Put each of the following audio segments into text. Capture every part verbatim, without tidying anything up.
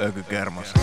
Ökykermas.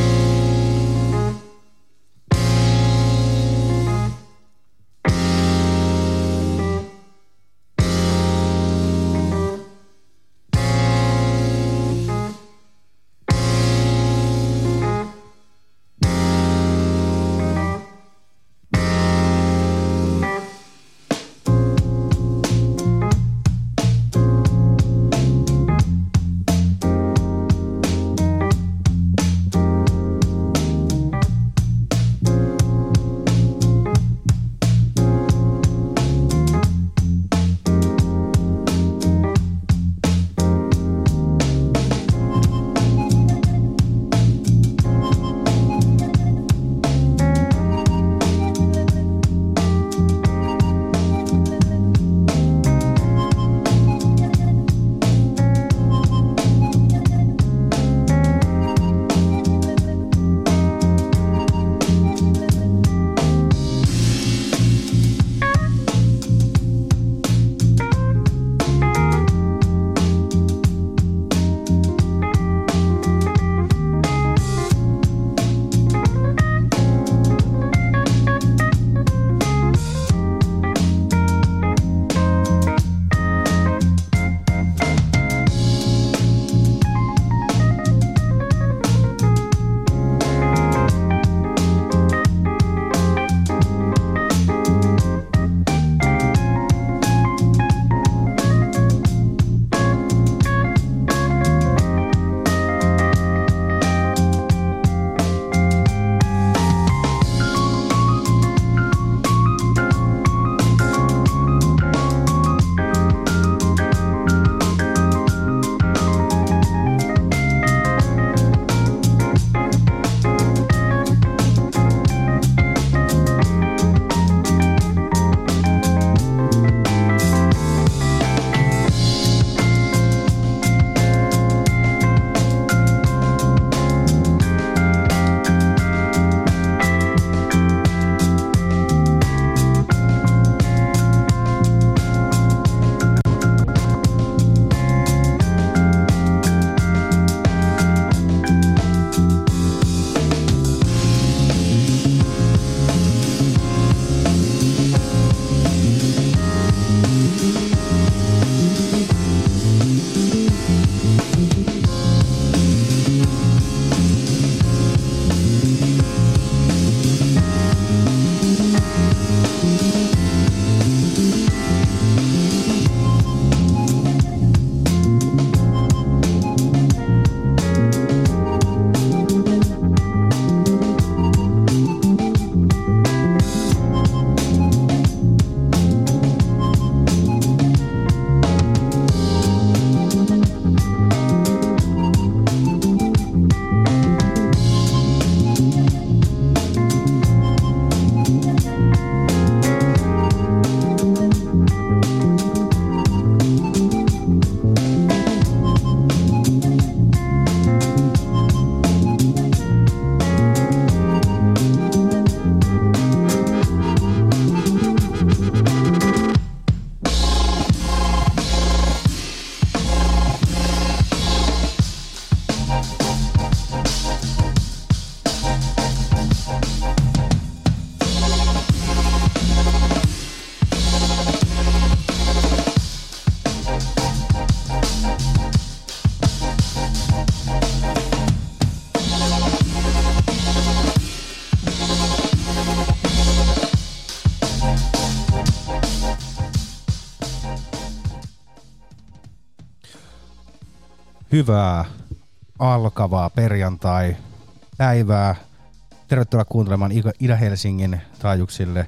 Hyvää alkavaa perjantai-päivää. Tervetuloa kuuntelemaan Ida-Helsingin taajuuksille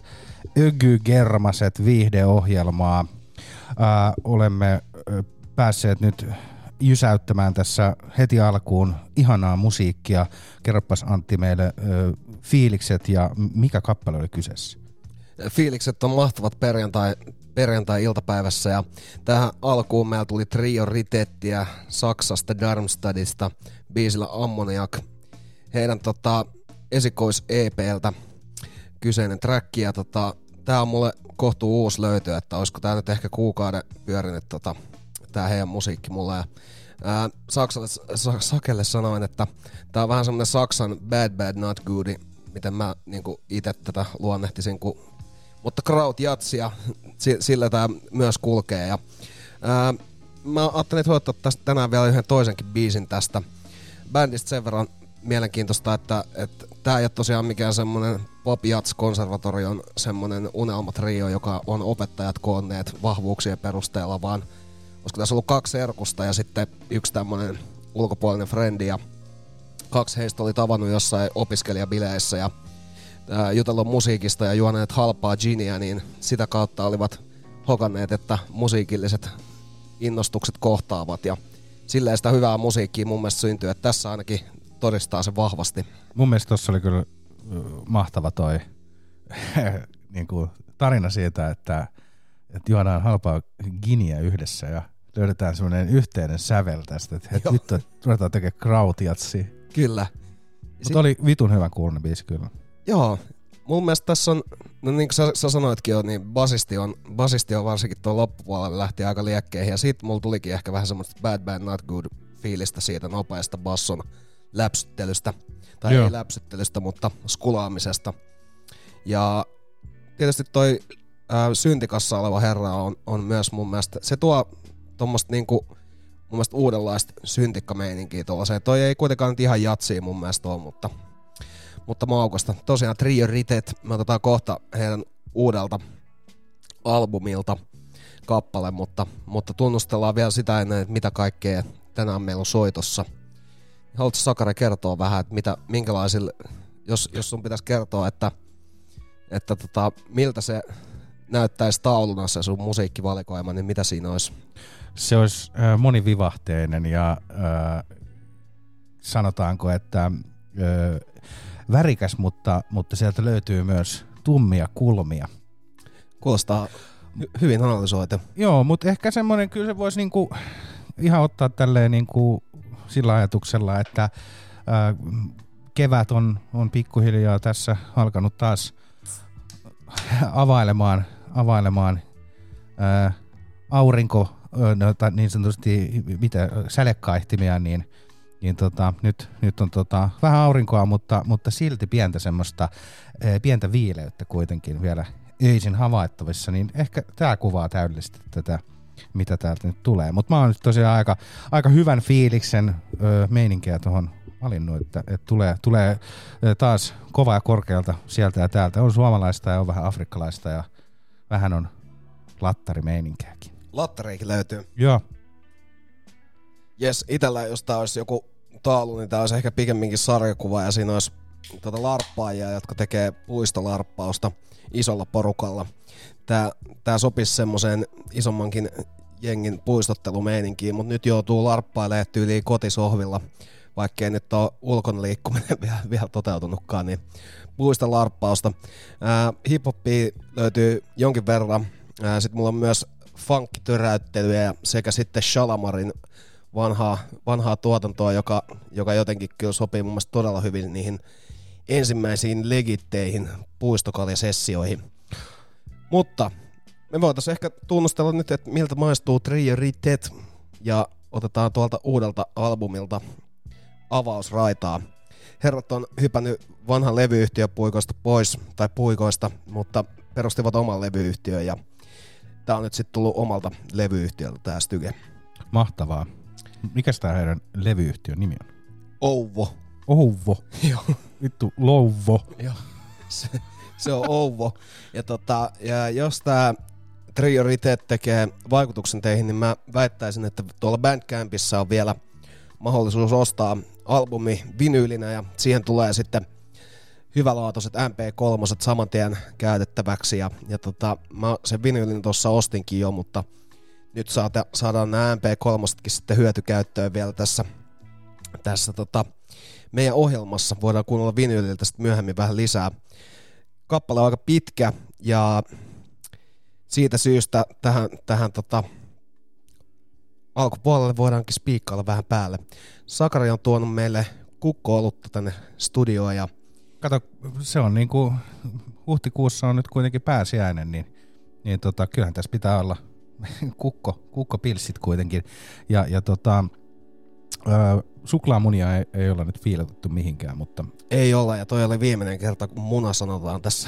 Ökygermaset viihdeohjelmaa. Ää, olemme ä, päässeet nyt jysäyttämään tässä heti alkuun ihanaa musiikkia. Kerropas Antti meille ä, fiilikset ja mikä kappale oli kyseessä? Fiilikset on mahtavat perjantai, perjantai-iltapäivässä ja tähän alkuun meillä tuli Trio Ritettiä Saksasta, Darmstadista, biisillä Ammoniak. Heidän tota, esikois-E P:ltä kyseinen track ja tota, tää on mulle kohtuu uusi löytö, että olisiko tää nyt ehkä kuukauden pyörinyt tota, tää heidän musiikki mulle. Ja, ää, Saksalle, sa, Sakelle sanoin, että tää on vähän semmonen Saksan bad bad not good, miten mä niinku ite tätä luonnehtisin, kun, mutta krautjatsia, sillä tää myös kulkee. Ja, ää, mä ajattelin, että hoitaa tästä tänään vielä yhden toisenkin biisin tästä bändistä sen verran mielenkiintoista, että, että tää ei ole tosiaan mikään semmonen Pop Jats konservatorion semmonen unelmatrio, joka on opettajat koonneet vahvuuksien perusteella, vaan olisiko tässä ollut kaksi erkusta ja sitten yksi tämmönen ulkopuolinen frendi ja kaksi heistä oli tavannut jossain opiskelijabileissä ja ää, jutellut musiikista ja juoneet halpaa giniä, niin sitä kautta olivat hokanneet, että musiikilliset innostukset kohtaavat ja silleen sitä hyvää musiikkia mun mielestä syntyy, että tässä ainakin todistaa se vahvasti. Mun mielestä tossa oli kyllä mahtava toi niin kuin tarina siitä, että, että juodaan halpaa giniä yhdessä ja löydetään semmoinen yhteinen sävel tästä, että et nyt ruvetaan tekemään krautjatsia. Kyllä. Mutta Sit... oli vitun hyvän kuulunen biisi kyllä. Joo. Mun mielestä tässä on, no niin kuin sä, sä sanoitkin jo, niin basisti on, basisti on varsinkin tuon loppupuolella lähti aika liekkeihin ja sit mulla tulikin ehkä vähän semmoista bad bad not good fiilistä siitä nopeasta basson läpsyttelystä. Tai Joo. ei läpsyttelystä, mutta skulaamisesta. Ja tietysti toi ää, syntikassa oleva herra on, on myös mun mielestä, se tuo tommoista niinku, mun mielestä uudenlaista syntikkameininkiä tuollaiseen. Toi ei kuitenkaan nyt ihan jatsia mun mielestä ole, mutta, mutta maukasta. Tosiaan Trio Ritet, me otetaan kohta heidän uudelta albumilta kappale, mutta, mutta tunnustellaan vielä sitä ennen, että mitä kaikkea tänään meillä on soitossa. Haluatko Sakari kertoa vähän, että mitä, minkälaisilla, jos, jos sun pitäisi kertoa, että, että tota, miltä se näyttäisi tauluna se sun musiikkivalikoima, niin mitä siinä olisi? Se olisi äh, monivivahteinen ja äh, sanotaanko, että äh, värikäs, mutta, mutta sieltä löytyy myös tummia kulmia. Kuulostaa hy- hyvin analysoitu. Joo, mutta ehkä semmoinen, kyllä se voisi niinku ihan ottaa tälleen niinku sillä ajatuksella, että ää, kevät on, on pikkuhiljaa tässä alkanut taas availemaan, availemaan ää, aurinko, ää, niin sanotusti mitä, sälekaihtimia, niin, niin tota, nyt, nyt on tota, vähän aurinkoa, mutta, mutta silti pientä semmoista, ää, pientä viileyttä kuitenkin vielä öisin havaittavissa, niin ehkä tämä kuvaa täydellisesti tätä, mitä täältä nyt tulee. Mutta mä oon nyt tosiaan aika, aika hyvän fiiliksen ö, meininkiä tuohon valinnut, että, että tulee, tulee taas kova ja korkealta sieltä ja täältä. On suomalaista ja on vähän afrikkalaista ja vähän on lattarimeininkiäkin. Lattareikin löytyy. Joo. Jes, itellä jos tää olisi joku taalu, niin tää olisi ehkä pikemminkin sarjakuva ja siinä olisi tuota larppaajia, jotka tekee puistolarppausta isolla porukalla. Tää, tää sopisi semmoiseen isommankin jengin puistottelumeininkiin, mutta nyt joutuu larppailemaan tyyliin kotisohvilla, vaikkei nyt ole ulkona liikkuminen vielä, vielä toteutunutkaan, niin puista larppausta. Ää, hip-hoppia löytyy jonkin verran. Ää, sitten mulla on myös funkkitöräyttelyä sekä sitten Shalamarin vanhaa, vanhaa tuotantoa, joka, joka jotenkin kyllä sopii mun mielestä todella hyvin niihin ensimmäisiin legitteihin puistokaljasessioihin. Mutta me voitaisiin ehkä tunnustella nyt, että miltä maistuu Trio Ritet ja otetaan tuolta uudelta albumilta avausraitaa. Herrat on hypännyt vanhan levyyhtiöpuikoista pois, tai puikoista, mutta perustivat oman levyyhtiön ja tää on nyt sitten tullut omalta levyyhtiöltä tää Styge. Mahtavaa. Mikäs tää heidän levyyhtiön nimi on? Ouvo. Ouvo. Joo. Vittu, louvo. Joo. Se, se on Ouvo. Ja, tota, ja jos tää Trio Ritet tekee vaikutuksen teihin, niin mä väittäisin, että tuolla Bandcampissa on vielä mahdollisuus ostaa albumi vinyylinä ja siihen tulee sitten hyvälaatuiset M P kolme saman tien käytettäväksi. Ja, ja tota, mä sen vinyylin tuossa ostinkin jo, mutta nyt saata, saadaan nämä M P kolme sitten hyötykäyttöön vielä tässä, tässä tota, meidän ohjelmassa. Voidaan kuunnella vinyyliltä sitten myöhemmin vähän lisää. Kappale on aika pitkä ja siitä syystä tähän, tähän tota, alkupuolelle voidaankin spiikkailla vähän päälle. Sakari on tuonut meille kukko-olutta tänne studioon. Ja kato, se on niinku, huhtikuussa on nyt kuitenkin pääsiäinen, niin, niin tota, kyllähän tässä pitää olla kukko, kukkopilssit kuitenkin. Ja, ja tota, ö, suklaamunia ei, ei olla nyt fiilotettu mihinkään, mutta... Ei olla, ja toi oli viimeinen kerta, kun muna sanotaan tässä.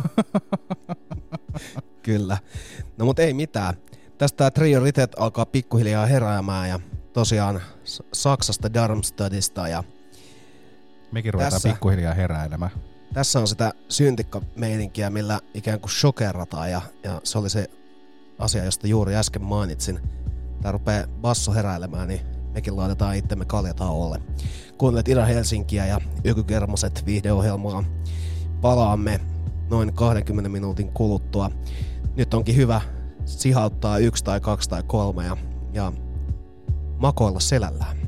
Kyllä. No mut ei mitään. Tästä Trio Ritet alkaa pikkuhiljaa heräämään, ja tosiaan Saksasta Darmstadista, ja mekin ruvetaan tässä, pikkuhiljaa heräilemään. Tässä on sitä syntikkameininkiä, millä ikään kuin shokerataan, ja, ja se oli se asia, josta juuri äsken mainitsin. Tää rupee basso heräilemään, niin mekin laitetaan itsemme kaljatauolle. Kuuntelet Ida-Helsinkiä ja Ykykermaset viihdeohjelmaa. Palaamme noin kaksikymmentä minuutin kuluttua. Nyt onkin hyvä sihauttaa yksi tai kaksi tai kolme ja, ja makoilla selällään.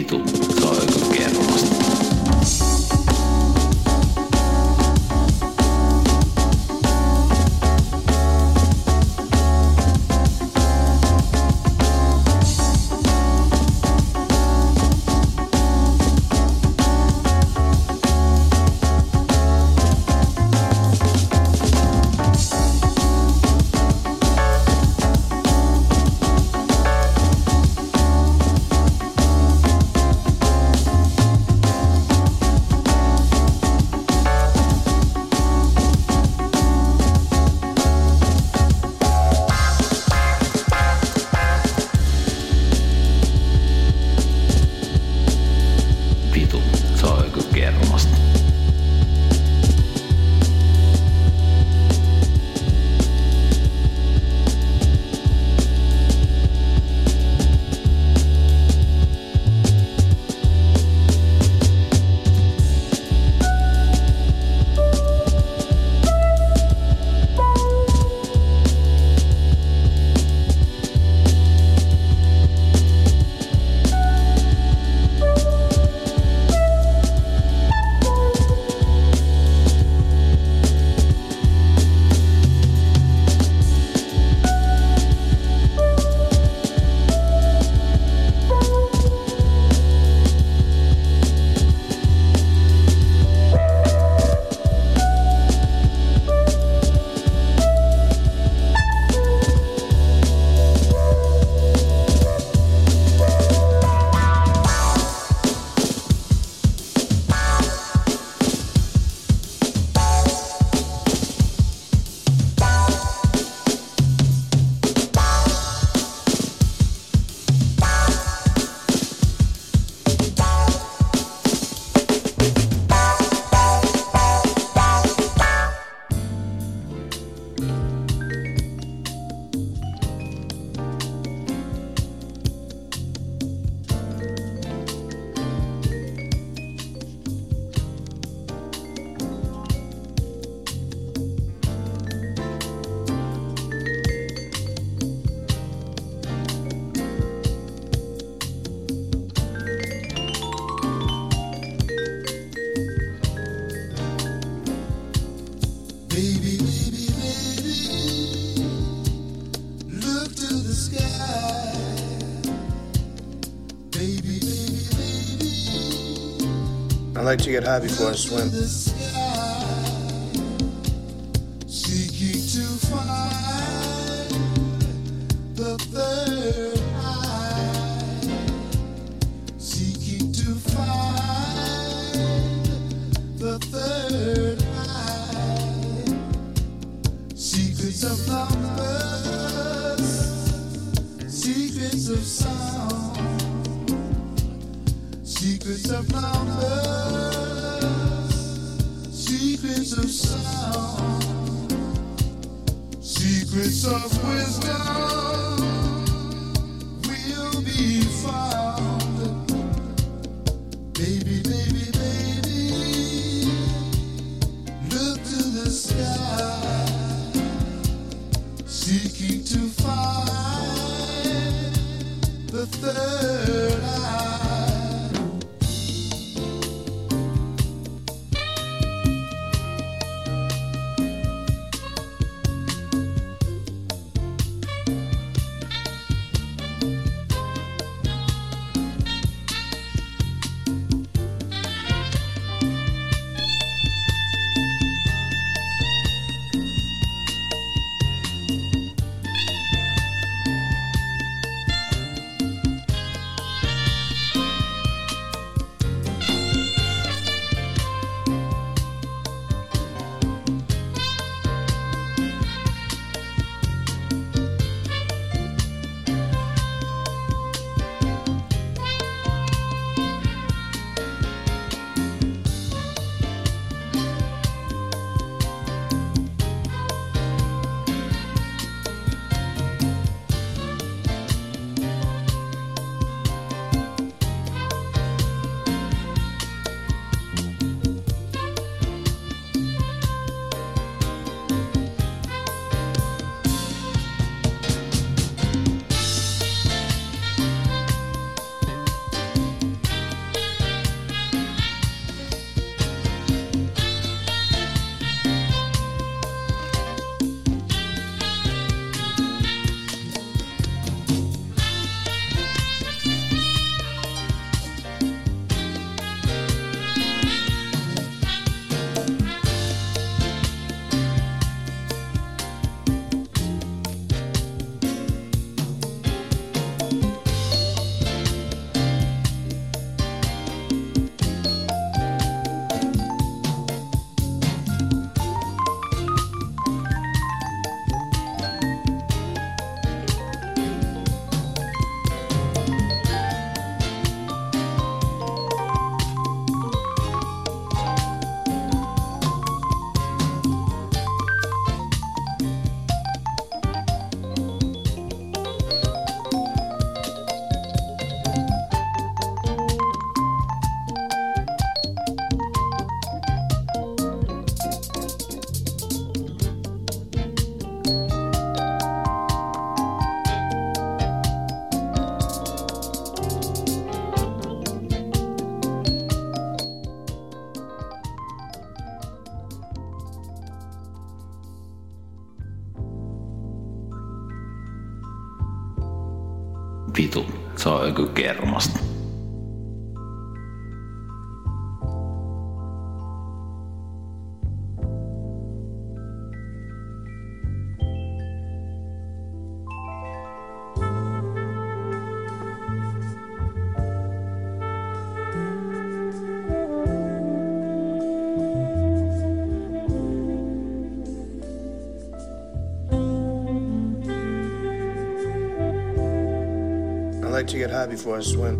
Vitu, se on joku kermasta. I like to get high before I swim. Seeking to find the third eye. Seeking to find the third eye. Secrets of numbers, secrets of sound, secrets of numbers. Secrets of sound, secrets of wisdom will be found. Baby, baby, baby, look to the sky, seeking to find the third eye. Vitu, se on joku kermasta. I like to get high before I swim.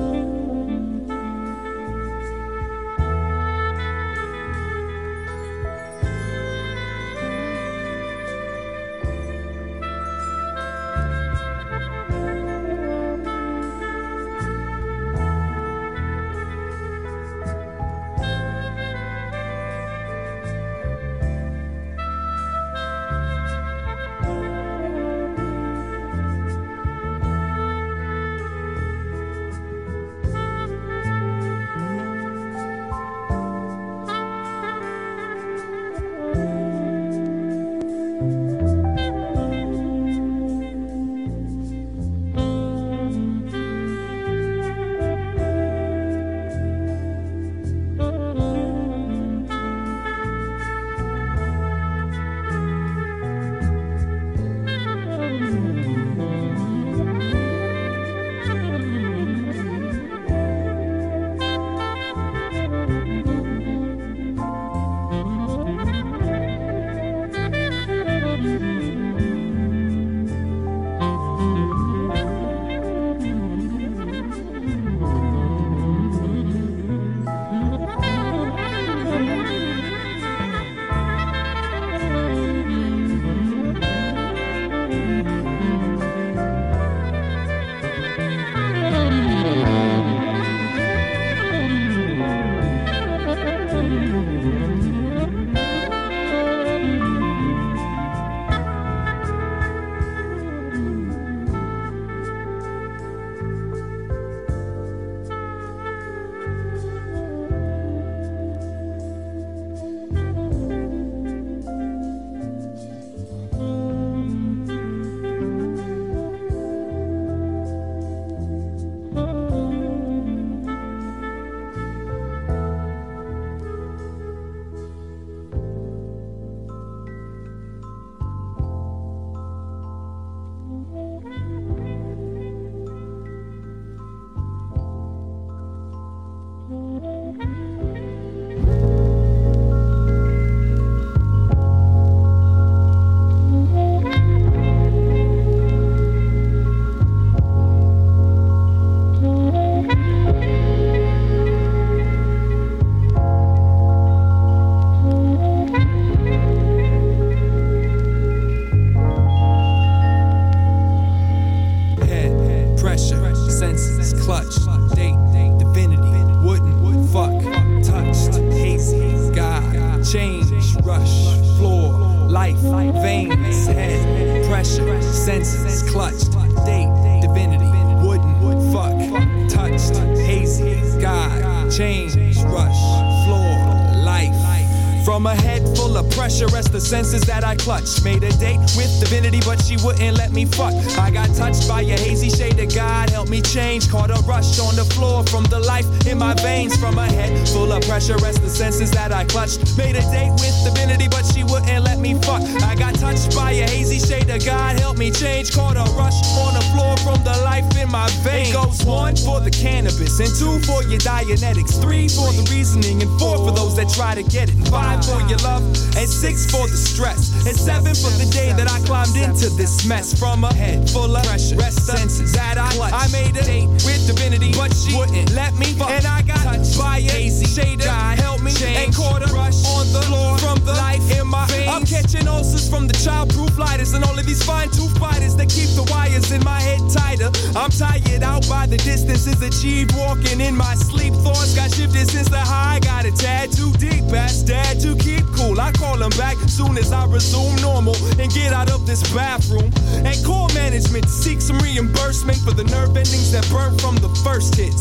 Senses that I clutched. Made a date with divinity, but she wouldn't let me fuck. I got touched by a hazy shade of God, helped me change. Caught a rush on the floor from the life in my veins. From a head full of pressure, rest the senses that I clutched. Made a date with divinity, but she wouldn't let me fuck. I got touched by a hazy shade of God, helped me change. Caught a rush on the floor from the life in my veins. It goes one for the cannabis, and two for your Dianetics, three for the reasoning, and four for those that try to get it, and five for your love, and six for the stress, and seven for the day that I climbed into this mess. From a head full of pressure, rest senses that I clutched. I made a date with divinity, but she wouldn't let me fuck. And I got touched by a hazy shade of God, helped me change. And caught a rush on the floor from the life in my veins. I'm catching ulcers from the childproof lighters and all of these fine tooth fighters that keep the wires in my head tighter. I'm tired out by the distances achieved, walking in my sleep. Thoughts got shifted since the high, got a tad too deep. Asked dad to keep cool, I call him back soon as I resume normal and get out of this bathroom. And call management to seek some reimbursement for the nerve endings that burnt from the first hits.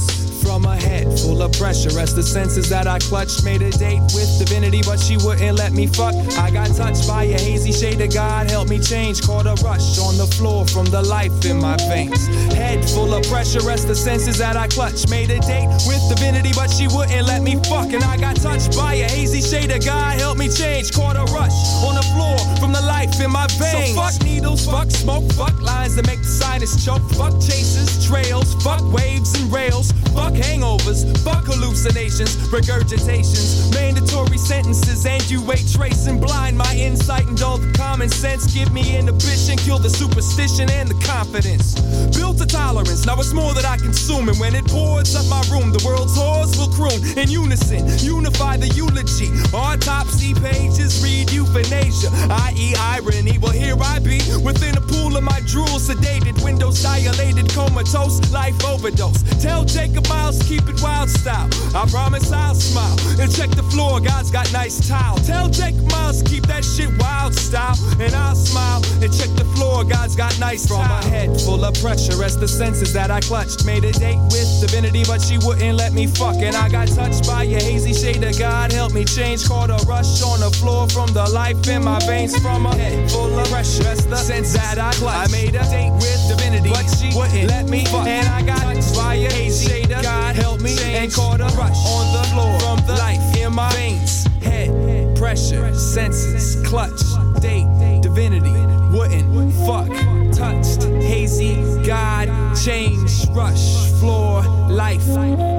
from a head full of pressure as the senses that I clutched made a date with divinity, but she wouldn't let me fuck. I got touched by a hazy shade of God, helped me change, caught a rush on the floor from the life in my veins. Head full of pressure as the senses that I clutched made a date with divinity, but she wouldn't let me fuck. And I got touched by a hazy shade of God, helped me change, caught a rush on the floor from the life in my veins. So fuck needles, fuck smoke, fuck lines that make the sinus choke, fuck chases, trails, fuck waves and rails, fuck hangovers, fuck hallucinations, regurgitations, mandatory sentences, and you ain't tracing. Blind my insight and dull the common sense, give me inhibition, kill the superstition and the confidence. Built a tolerance, now it's more that I consume, and when it pours up my room, the world's whores will croon in unison, unify the eulogy. Autopsy pages read euthanasia, that is irony. Well, here I be within a pool of my drool, sedated, windows dilated, comatose, life overdose. Tell Jacob Miles keep it wild style. I promise I'll smile and check the floor. God's got nice towel. Tell Jacob Miles keep that shit wild style, and I'll smile and check the floor. God's got nice towel. From my head full of pressure as the senses that I clutched made a date with divinity, but she wouldn't let me fuck. And I got touched by a hazy shade of God, helped me change, caught a rush on the floor from the life in my veins. From a head full of pressure as the sense that I clutched, I made a date with divinity, but she wouldn't let me fuck. And I got touched by a hazy shade of God, helped me change, and caught a rush on the floor from the life in my veins. Head pressure, senses, clutch, date, divinity, wouldn't fuck. Touched, hazy, God, change, rush, floor, life.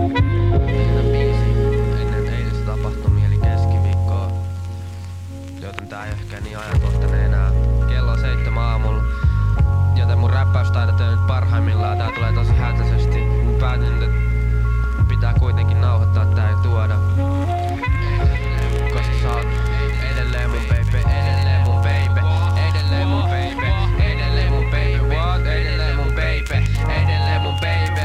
Ennen eilistä tapahtumia eli keskiviikkoa, joten tää ei ehkä niin ajankohtainen enää. Kello on seitsemän aamulla, joten mun räppäystaidot ei nyt parhaimmillaan. Tää tulee tosi hätäisesti. Mä päätin, että pitää kuitenkin nauhoittaa tää ja tuoda. Koska sä oot edelleen mun baby, edelleen mun baby, edelleen mun baby, edelleen mun baby, what? Edelleen mun baby, edelleen mun baby.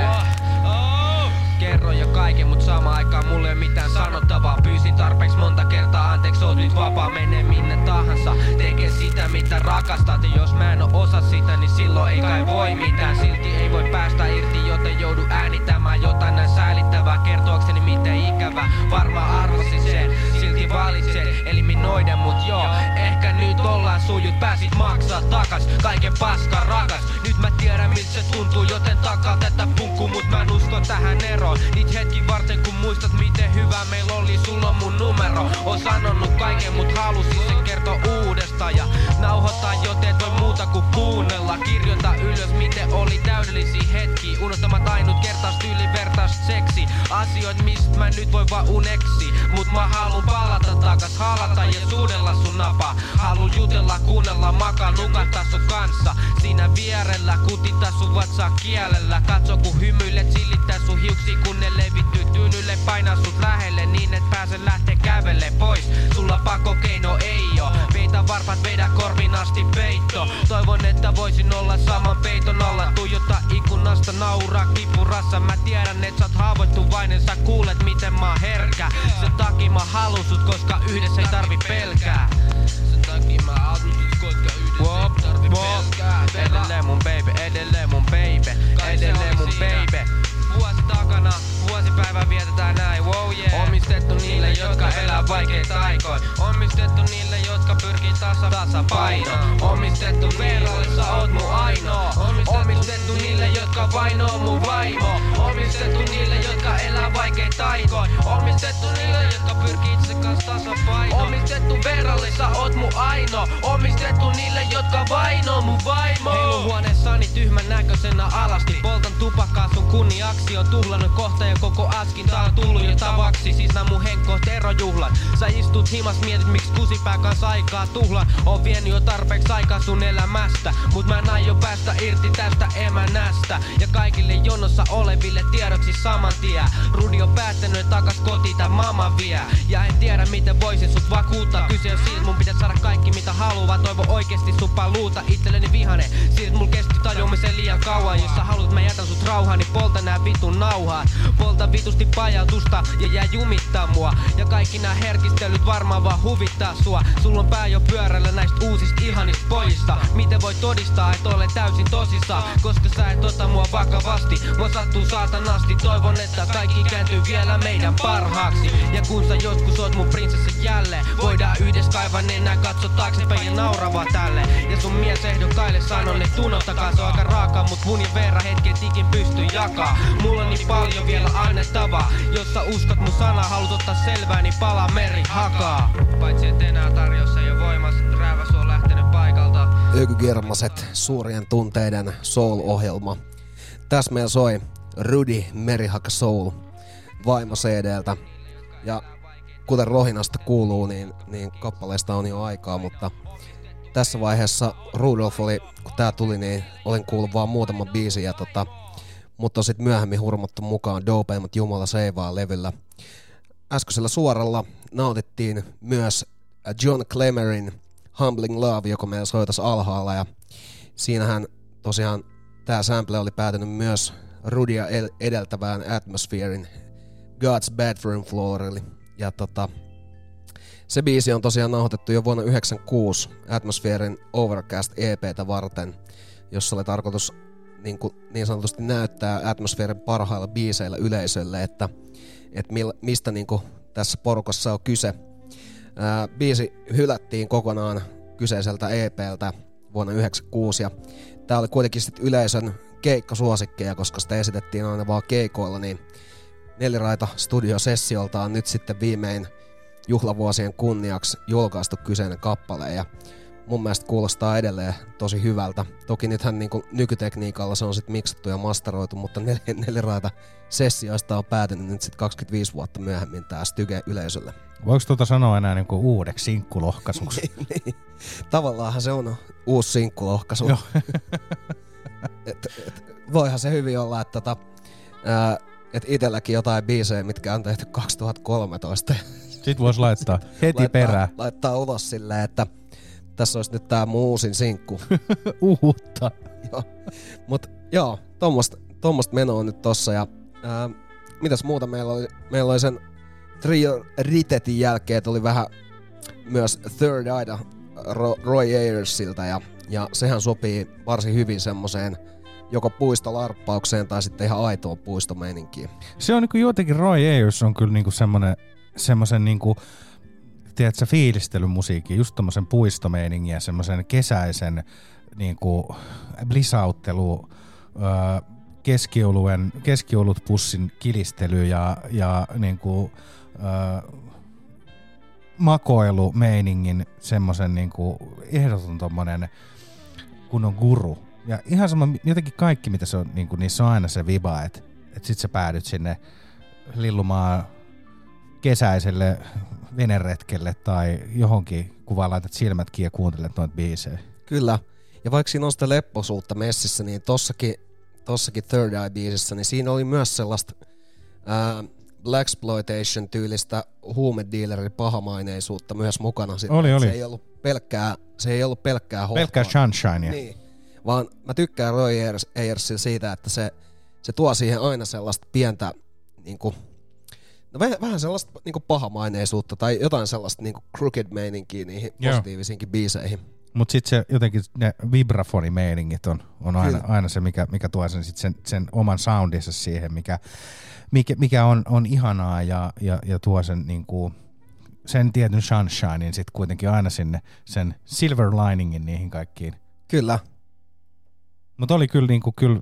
Kerron jo kaiken, mut samaan aikaan mulle ei mitään sanottavaa. Pyysin tarpeeksi monta kertaa anteeksi, oot nyt vapaa, mene minne tahansa. Teke sitä mitä rakastat, ja jos mä en oo osa sitä, niin silloin ei kai voi mitään. Silti ei voi päästä irti, joten joudu äänittämään jotain näin säälittävää. Kertoakseni miten ikävä, varmaan arvasin sen, silti valitsen eliminoiden, mut joo. Ehkä nyt ollaan sujut, pääsit maksaa takas kaiken paskan rakas. Nyt mä tiedän miltä se tuntuu, joten takaa tätä punkku, mut mä en usko tähän eroon. Niit hetki varten kun muistat miten hyvä meillä oli, sulla on mun numero. Oon sanonut kaiken mut halusin sen kertoa uudestaan ja nauhoittaa, joten voi muuta kuin kuunnella. Kirjoita ylös miten oli täydellisiä hetkiä, unohtamat ainut kertaus tyyli vertaus seksi. Asioit mistä mä nyt voi vaan uneksi, mut mä haluun palata takas, halata ja suudella sun napaa. Haluun jutella, kuunnella, makaa, nukahtaa sun kanssa siinä vierellä, kutittaa sun vatsaa kielellä. Katso kun hymyilet, silittää sun hiuksi kun ne levittyy tyynylle. Painaa sut lähelle niin et pääse lähtee kävelle pois. Sulla pakokeino ei oo, peitä varpat, vedä korvin asti peitto. Toivon että voisin olla saman peiton alla, tuijottaa ikkunasta, nauraa kipurassa. Mä tiedän et sä oot haavoittuvainen, sä kuulet miten mä oon herkkä. Sen takia mä halun sut, koska yhdessä ei tarvi pelkää. Sen takia mä halun sut, koska yhdessä ei tarvi pelkää. Edelleen mun baby, edelleen mun baby, edelleen mun baby. Vuosi takana, vuosipäivä vietetään näin, wow yeah. Omistettu niille, jotka elää vaikeita aikoin. Omistettu niille, jotka pyrkii tasa tasapainoon. Omistettu verralle, sä oot mun ainoa. Omistettu niille, jotka vainoo mun vaimo. Omistettu niille, jotka elää vaikeita aikoin. Omistettu niille, jotka pyrkii itse kanssa tasapainoon. Omistettu verralle, sä oot mun ainoa. Omistettu niille, jotka vainoo mun vaimo. Heilun huoneessani tyhmän näköisenä alasti. Poltan tupakkaa sun kunniaksi. On tuhlannut kohta ja koko äskin tää on tullut jo tavaksi. Siis nää mun henkkoht erojuhlan. Sä istut himas, mietit miksi kusipää kanssa aikaa tuhlan. Oon vienyt jo tarpeeksi aikaa sun elämästä, mut mä en aio päästä irti tästä emänästä. Ja kaikille jonossa oleville tiedoksi saman tien. Rudi on päättänyt takas kotiin tää mama vie. Ja en tiedä miten voisin sut vakuuttaa. Kyse on siitä mun pitäis saada kaikki mitä haluaa. Toivo oikeesti sun paluuta itselleni vihane. Siirryt mul kesti tajumisen liian kauan. Jos sä haluat mä jätän sut rauhaan, niin polta nää vitun nauhaat. Polta vitusti pajatusta ja jää jumittaa mua. Ja kaikki nää herkistelyt varmaan vaan huvittaa sua. Sulla on pää jo pyörällä näistä uusista ihanista pojista. Miten voi todistaa, et ole täysin tosissaan? Koska sä et ota mua vakavasti. Mua sattuu saatanasti. Toivon, että kaikki kääntyy vielä meidän parhaaksi. Ja kun sä joskus oot mun prinsessa jälleen, voidaan yhdessä kaivaa nenää, katso taaksepäin ja naura vaan tälle. Ja sun miesehdokkaille sanon, et unohtakaa. Se on aika raaka, mut mun ja Veera hetket ikin pysty jakaa. Mulla on niin paljon vielä annettavaa. Jos sä uskot mun sanaa, haluut ottaa selvää, niin palaa meri hakaa. Paitsi et enää tarjossa ei oo voimas, rääväs on lähtenyt paikalta. Ökygermaset, suurien tunteiden soul-ohjelma. Tässä meillä soi Rudy Merihaka Soul Vaimo C D:ltä. Ja kuten rohinasta kuuluu, niin, niin kappaleesta on jo aikaa, mutta tässä vaiheessa Rudolf oli, kun tää tuli, niin olin kuullut vaan muutaman biisin ja tota, mutta on sit myöhemmin hurmattu mukaan Dopeimmat Jumala seivaa levyllä. Äskeisellä suoralla nautittiin myös John Clemerin Humbling Love, joka meillä soi tässä alhaalla, ja siinähän tosiaan tää sample oli päätynyt myös Rudia edeltävään Atmospherein God's Bathroom Floorille. Ja tota, se biisi on tosiaan nauhoitettu jo vuonna yhdeksänkymmentäkuusi Atmospherein Overcast E P:tä varten, jossa oli tarkoitus niin, kuin, niin sanotusti näyttää Atmospherein parhailla biiseillä yleisölle, että, että mil, mistä niin kuin tässä porukassa on kyse. Ää, biisi hylättiin kokonaan kyseiseltä E P:ltä vuonna yhdeksänkymmentäkuusi, ja tää oli kuitenkin sitten yleisön keikkasuosikkeja, koska sitä esitettiin aina vaan keikoilla, niin Neliraita studiosessiolta on nyt sitten viimein juhlavuosien kunniaksi julkaistu kyseinen kappale, ja mun mielestä kuulostaa edelleen tosi hyvältä. Toki nythän niin kuin nykytekniikalla se on sitten miksattu ja masteroitu, mutta nel- Neliraita sessioista on päätynyt nyt sitten kaksikymmentäviisi vuotta myöhemmin tää Styge yleisölle. Voiko tuota sanoa enää niinku uudeksi sinkkulohkaisuksi? niin. Tavallaanhan se on uusi sinkkulohkaisu. et, et, voihan se hyvin olla, että tota, ää, et itelläkin jotain biisejä, mitkä on tehty kaksituhattakolmetoista. Sitten vois laittaa heti laittaa, perään. Laittaa ulos silleen, että tässä olisi nyt tää mun uusin sinkku. Uutta. Joo. Mut joo, tommoista, tommoista menoa nyt tossa. Ja ää, mitäs muuta meillä oli? Meillä oli sen Trio Ritetin jälkeen tuli vähän myös Third Eye Roy Ayersilta, ja, ja sehän sopii varsin hyvin semmoseen joko puistolarppaukseen tai sitten ihan aitoon puistomeininkiin. Se on niinku jotenkin, Roy Ayers on kyllä niinku semmonen, semmosen niinku, tiedätkö, fiilistelymusiikki, just tommosen puistomeiningin ja semmosen kesäisen niinku blisauttelu, öö, keskioluen, keskiolutpussin kilistely ja, ja niinku, öö, makoilumeiningin semmosen niinku ehdoton tommonen kunnon guru. Ja ihan sama, jotenkin kaikki mitä se on, niinku, niissä on aina se viba, että et sit sä päädyt sinne lillumaan kesäiselle veneretkelle tai johonkin, kun vaan laitat silmätkin ja kuuntelet noita biisejä. Kyllä. Ja vaikka siinä on sitä lepposuutta messissä, niin tossakin, tossakin Third Eye-biisissä, niin siinä oli myös sellaista ää, Blaxploitation-tyylistä huumedealerin pahamaineisuutta myös mukana. Sitten. Oli, oli. Se ei ollut pelkkää, se ei ollut pelkkää hohtoa. Pelkkää sunshinea. Niin. Vaan mä tykkään Roy Ayersil siitä, että se, se tuo siihen aina sellaista pientä, niinku, no vähän sellaista niinku pahamaineisuutta tai jotain sellaista niinku crooked-meininkiä niihin Joo. positiivisiinkin biiseihin. Mut sit se jotenkin ne vibrafonimeiningit on, on aina, aina se, mikä, mikä tuo sen, sit sen, sen oman soundinsa siihen, mikä, mikä, mikä on, on ihanaa ja, ja, ja tuo sen, niinku, sen tietyn sunshinein sit kuitenkin aina sinne, sen silver liningin niihin kaikkiin. Kyllä. Mutta oli kyllä, niinku, kyllä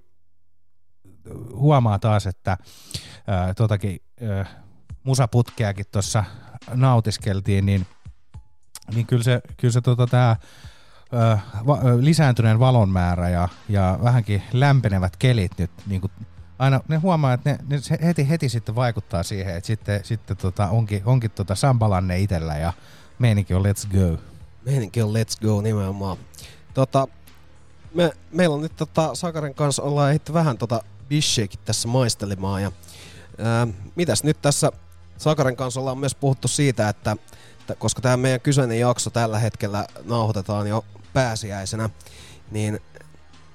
huomaa taas, että ää, totakin ää, musaputkeakin tuossa nautiskeltiin, niin, niin kyllä se, kyllä se tota, tää, ää, va, lisääntyneen valon määrä ja, ja vähänkin lämpenevät kelit nyt, niinku, aina ne huomaa, että ne, ne heti, heti sitten vaikuttaa siihen, että sitten, sitten tota, onkin, onkin tota sambalanne itsellä ja meininki on let's go. Meininki on let's go nimenomaan. Tota, me, meillä on nyt tota, Sakarin kanssa ollaan ehditty vähän tota bisheekin tässä maistelemaan. Ja, ää, mitäs nyt tässä Sakarin kanssa ollaan myös puhuttu siitä, että, että koska tämä meidän kyseinen jakso tällä hetkellä nauhoitetaan jo pääsiäisenä, niin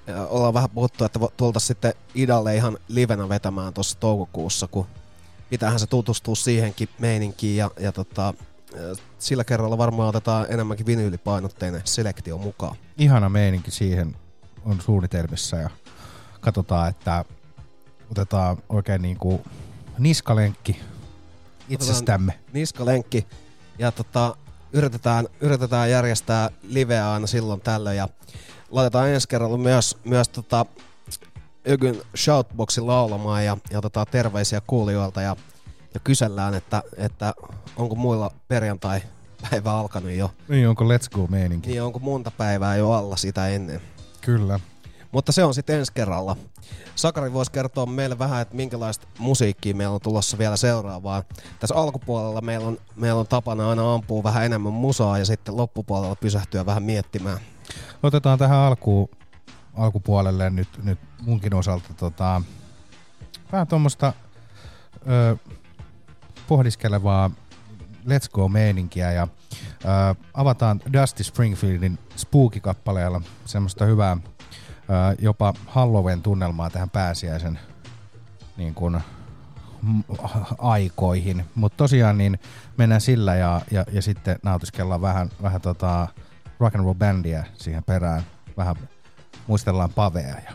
Ja ollaan vähän puhuttu, että tultaisiin sitten Idalle ihan livenä vetämään tuossa toukokuussa, kun pitäähän se tutustua siihenkin meininkiin ja, ja tota, sillä kerralla varmaan otetaan enemmänkin vinyylipainotteinen selektio mukaan. Ihana meininki siihen on suunnitelmissa ja katsotaan, että otetaan oikein niinku niskalenkki itsestämme. Otetaan niskalenkki ja tota, yritetään, yritetään järjestää liveä aina silloin tällöin ja laitetaan ensi kerralla myös, myös tota Ögyn shoutboxin laulamaan ja, ja tota terveisiä kuulijoilta ja, ja kysellään, että, että onko muilla perjantai-päivä alkanut jo. Niin, onko let's go meininki. Niin, onko monta päivää jo alla sitä ennen. Kyllä. Mutta se on sitten ensi kerralla. Sakari voisi kertoa meille vähän, että minkälaista musiikkia meillä on tulossa vielä seuraavaan. Tässä alkupuolella meillä on, meillä on tapana aina ampua vähän enemmän musaa ja sitten loppupuolella pysähtyä vähän miettimään. Otetaan tähän alkuun, alkupuolelle nyt, nyt munkin osalta tota, vähän tuommoista ö, pohdiskelevaa let's go meininkiä ja ö, avataan Dusty Springfieldin Spooky-kappaleella semmoista hyvää ö, jopa Halloween tunnelmaa tähän pääsiäisen niin kuin, m- aikoihin, mutta tosiaan niin mennään sillä ja, ja, ja sitten nautiskellaan vähän, vähän tota rock and roll bandia siihen perään, vähän muistellaan Pavea ja,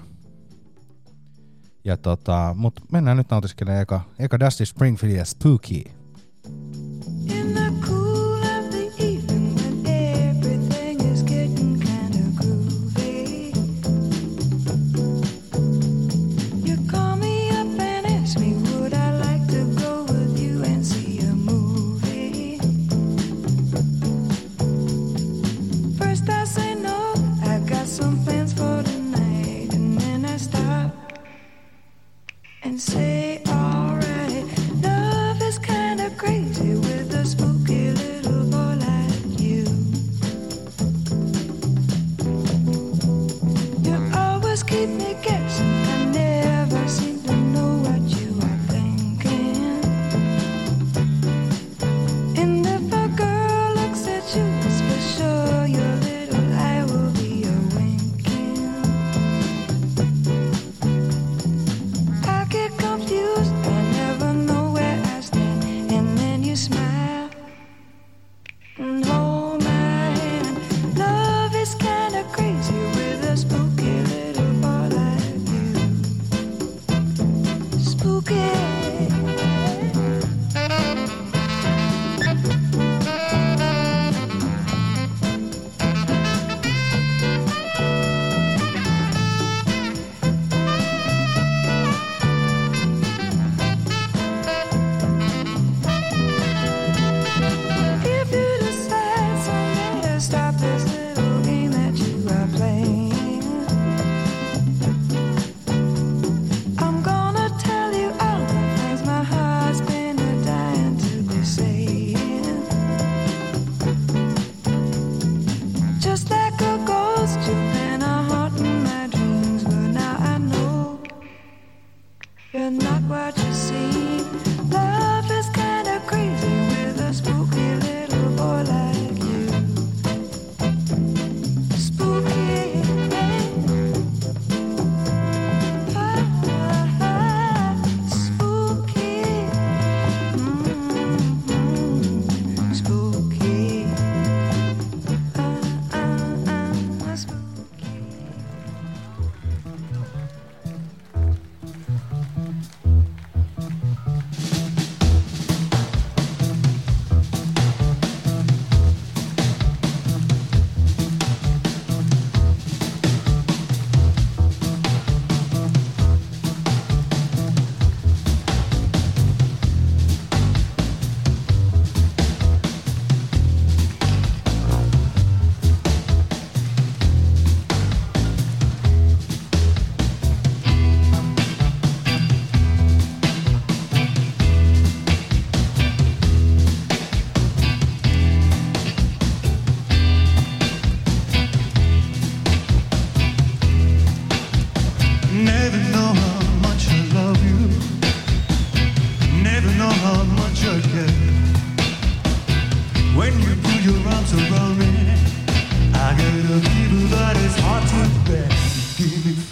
ja tota, mut mennään nyt nautiskelemaan eka, eka Dusty Springfield ja Spooky. And say, alright, love is kinda crazy with a spooky little boy like you. You always keep me guessing, I never seem to know what you are thinking. And if a girl looks at you, it's for sure your little eye will be a winking. I get confused, I never know where I stand, and then you smile and hold my hand. Love is kinda crazy with a spooky little boy like you. Spooky. If you decide someday to stop this little game that you are playing, I'm gonna tell you all the things my heart's been a dying to be saying. Just like a ghost, you've been a haunting my dreams, but now I know you're not what you seem. Love is kinda crazy with a spooky little boy like you. Spooky. Ah, ah, ah, spooky. Mm-hmm. Spooky. Ah, ah, ah, spooky. Never know how much I love you. Never know how much I care. When you put your arms around me, I get a feeling that is hard to bear. Give me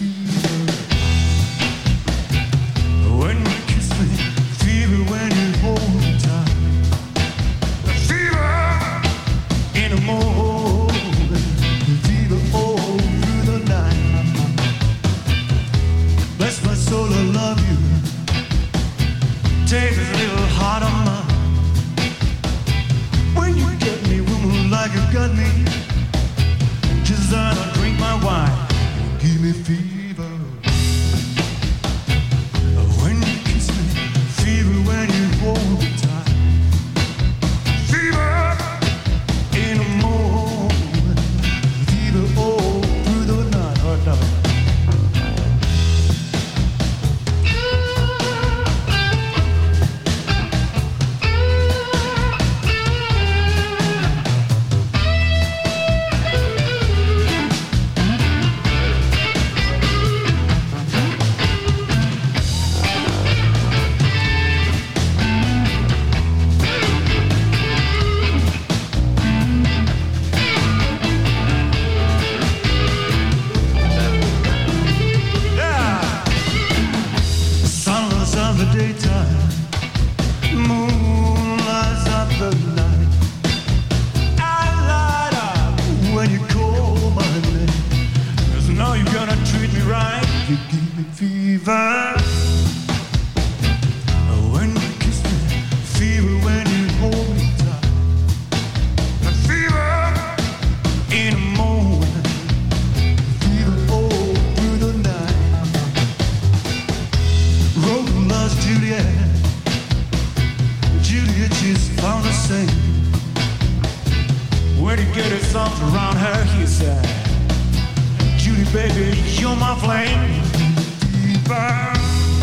arms around her, he said, Judy, baby, you're my flame. Deeper.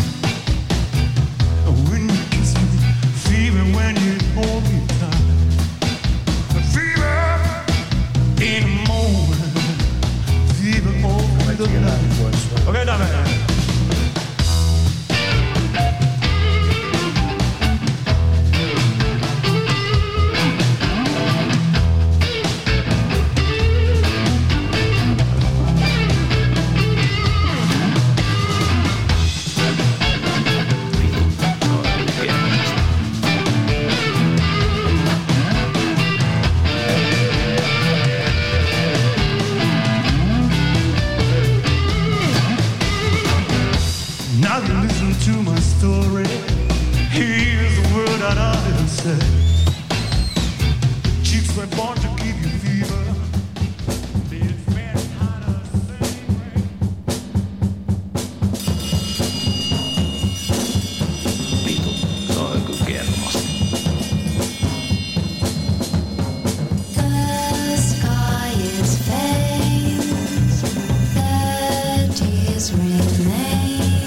When you kiss me, fever when you hold me tight. Fever in the moment, fever over the night. Okay, done it. To my story, here's the word I'd ought to say. Cheeks were born to give you fever. They fed out of Vitu, se on joku kermasta. The sky is veiled, the tears remain.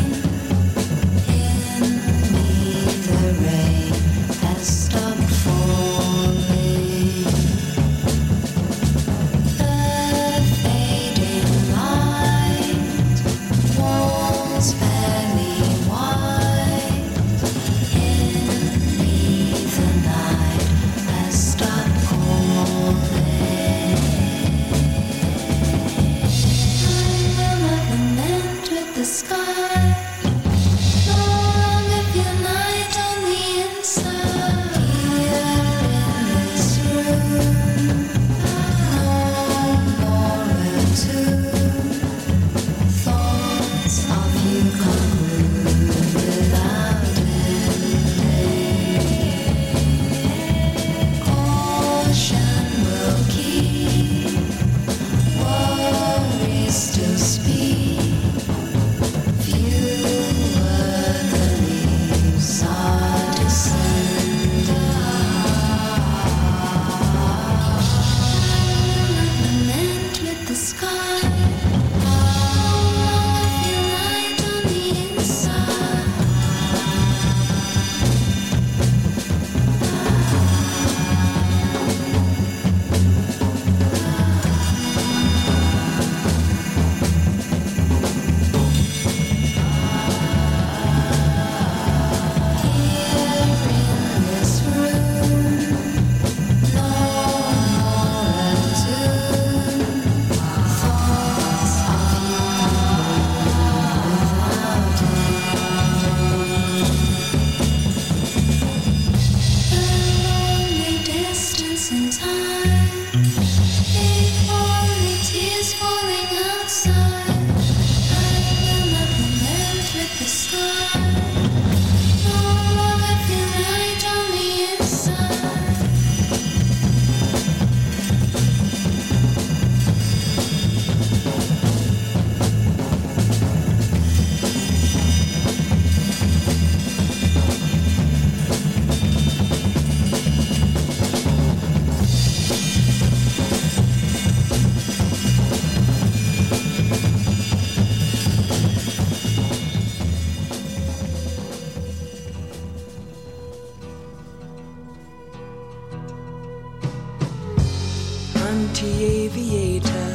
Anti-aviator,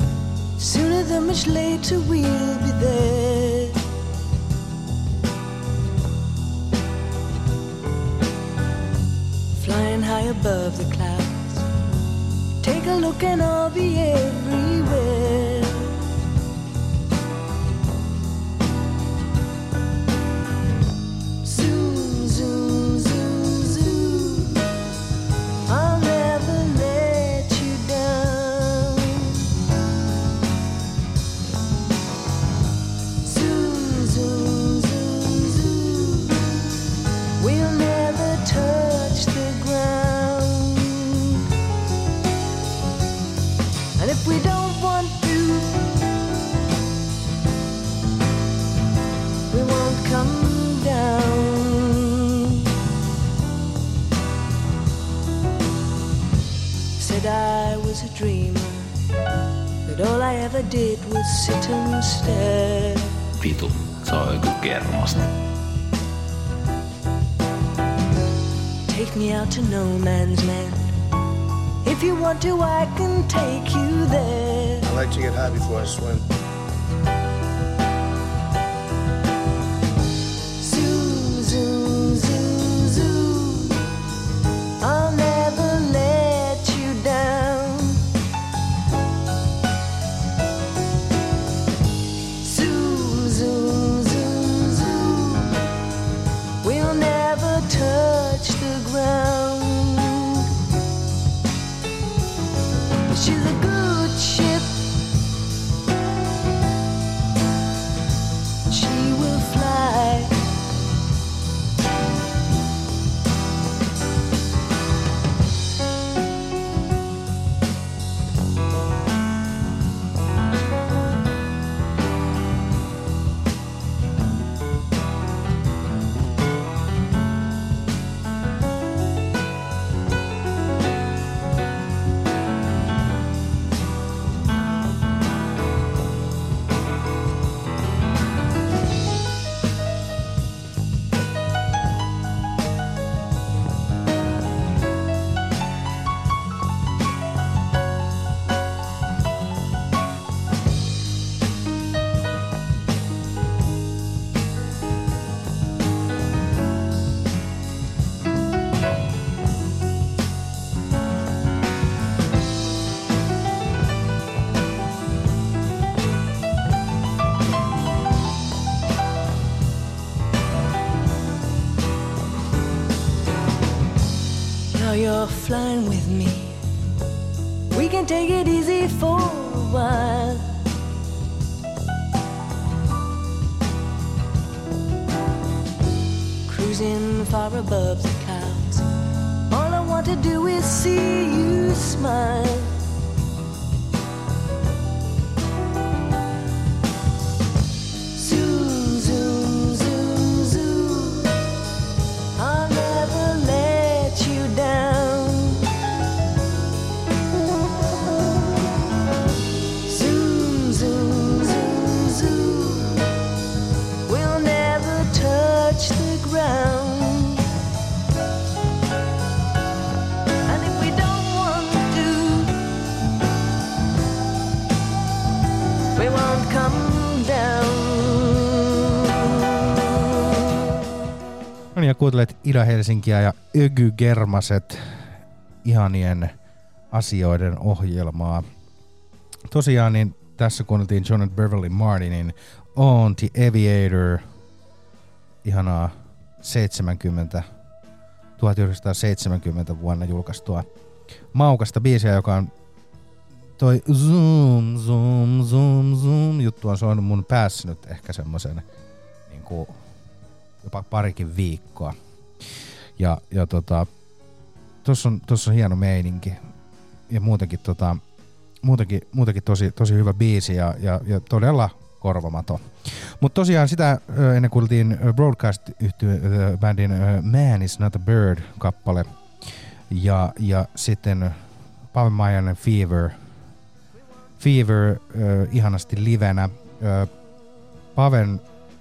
sooner than much later we'll be there. Flying high above the clouds, take a look and I'll be everywhere. Zoom, zoom, zoom, zoom, I'll never let you down. Zoom, zoom, zoom, zoom, we'll never touch the ground. And if we don't want that I was a dreamer, that all I ever did was sit and stare. Vitu, se on joku kermasta. Take me out to no man's land. If you want to, I can take you there. I like to get high before I swim. Zoom, zoom, zoom, zoom. I'll never let you down. Zoom, zoom, zoom, zoom. We'll never touch the ground. She's a good ship. She will fly. Now you're flying with me. We can take it easy for a while. Cruising far above the clouds. All I want to do is see you smile. Zoom, zoom, zoom, zoom. I'll never let you down. Zoom, zoom, zoom, zoom. We'll never touch the ground. And if we don't want to, we won't come down. No niin, ja kuuntelet Ida-Helsinkiä ja Ögy Germaset, ihanien asioiden ohjelmaa. Tosiaan niin tässä kuunneltiin John and Beverly Martinin On the Aviator, ihanaa seitsemänkymmentä, tuhatyhdeksänsataaseitsemänkymmentä vuonna julkaistua maukasta biisiä, joka on toi zoom, zoom, zoom, zoom juttu on soinut mun päässä nyt ehkä semmoisen niinku jopa parikin viikkoa. Ja, ja tota, tossa on, tossa on hieno meininki ja muutenkin, tota, muutenkin, muutenkin tosi, tosi hyvä biisi ja, ja, ja todella korvamaton. Mutta tosiaan sitä ö, ennen kuultiin Broadcast-bändin Man is not a Bird-kappale ja, ja sitten Pave Maijanen Fever, Fever ö, ihanasti livenä. Ö, Paven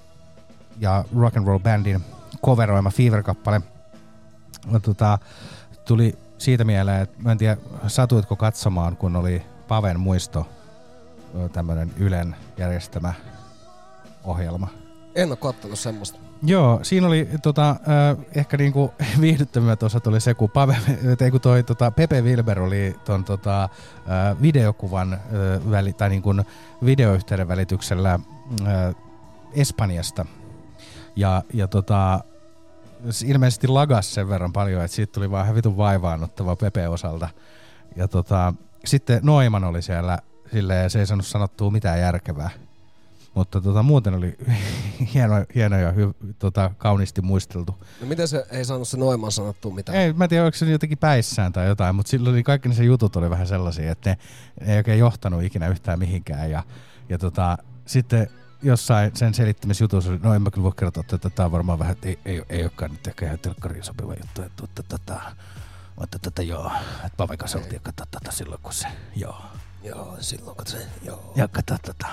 ja rock and roll bandin coveroima Fever-kappale. Tota, tuli siitä mieleen, että mä en tiedä, satuitko katsomaan, kun oli Paven muisto, tämmönen Ylen järjestämä ohjelma. En oo kattonut semmoista. Joo, siinä oli tota, äh, ehkä niinku viihdyttävimmät osat oli se, kun, Pave, ei, kun toi, tota, Pepe Wilber oli ton tota, äh, videokuvan äh, väli, tai niinku videoyhteyden välityksellä äh, Espanjasta. Ja, ja tota, ilmeisesti lagas sen verran paljon, että siitä tuli vaan ihan vitun vaivaannuttava Pepe osalta. Ja tota, sitten Noiman oli siellä silleen, se ei saanut sanottua mitään järkevää. Mutta tota, muuten oli hieno, hieno ja hy, tota, kauniisti muisteltu. No miten se ei saanut se Noiman sanottua mitään? Ei, mä en tiedä, oliko se jotenkin päissään tai jotain, mutta silloin oli kaikki ne se jutut oli vähän sellaisia, että ne ei oikein johtanut ikinä yhtään mihinkään. Ja, ja tota, sitten jossain sen selittämisjutussa oli, no en mä kyllä voi kertoa, että tämä on varmaan vähän, että ei, ei, ei olekaan nyt ehkä ihan telkkariin sopiva juttu, että, että, että, Mutta tota joo, että Paven kanssa oltiin katsoa tota silloin kun se, joo. Joo, silloin kun se, joo. Ja katsoa tota.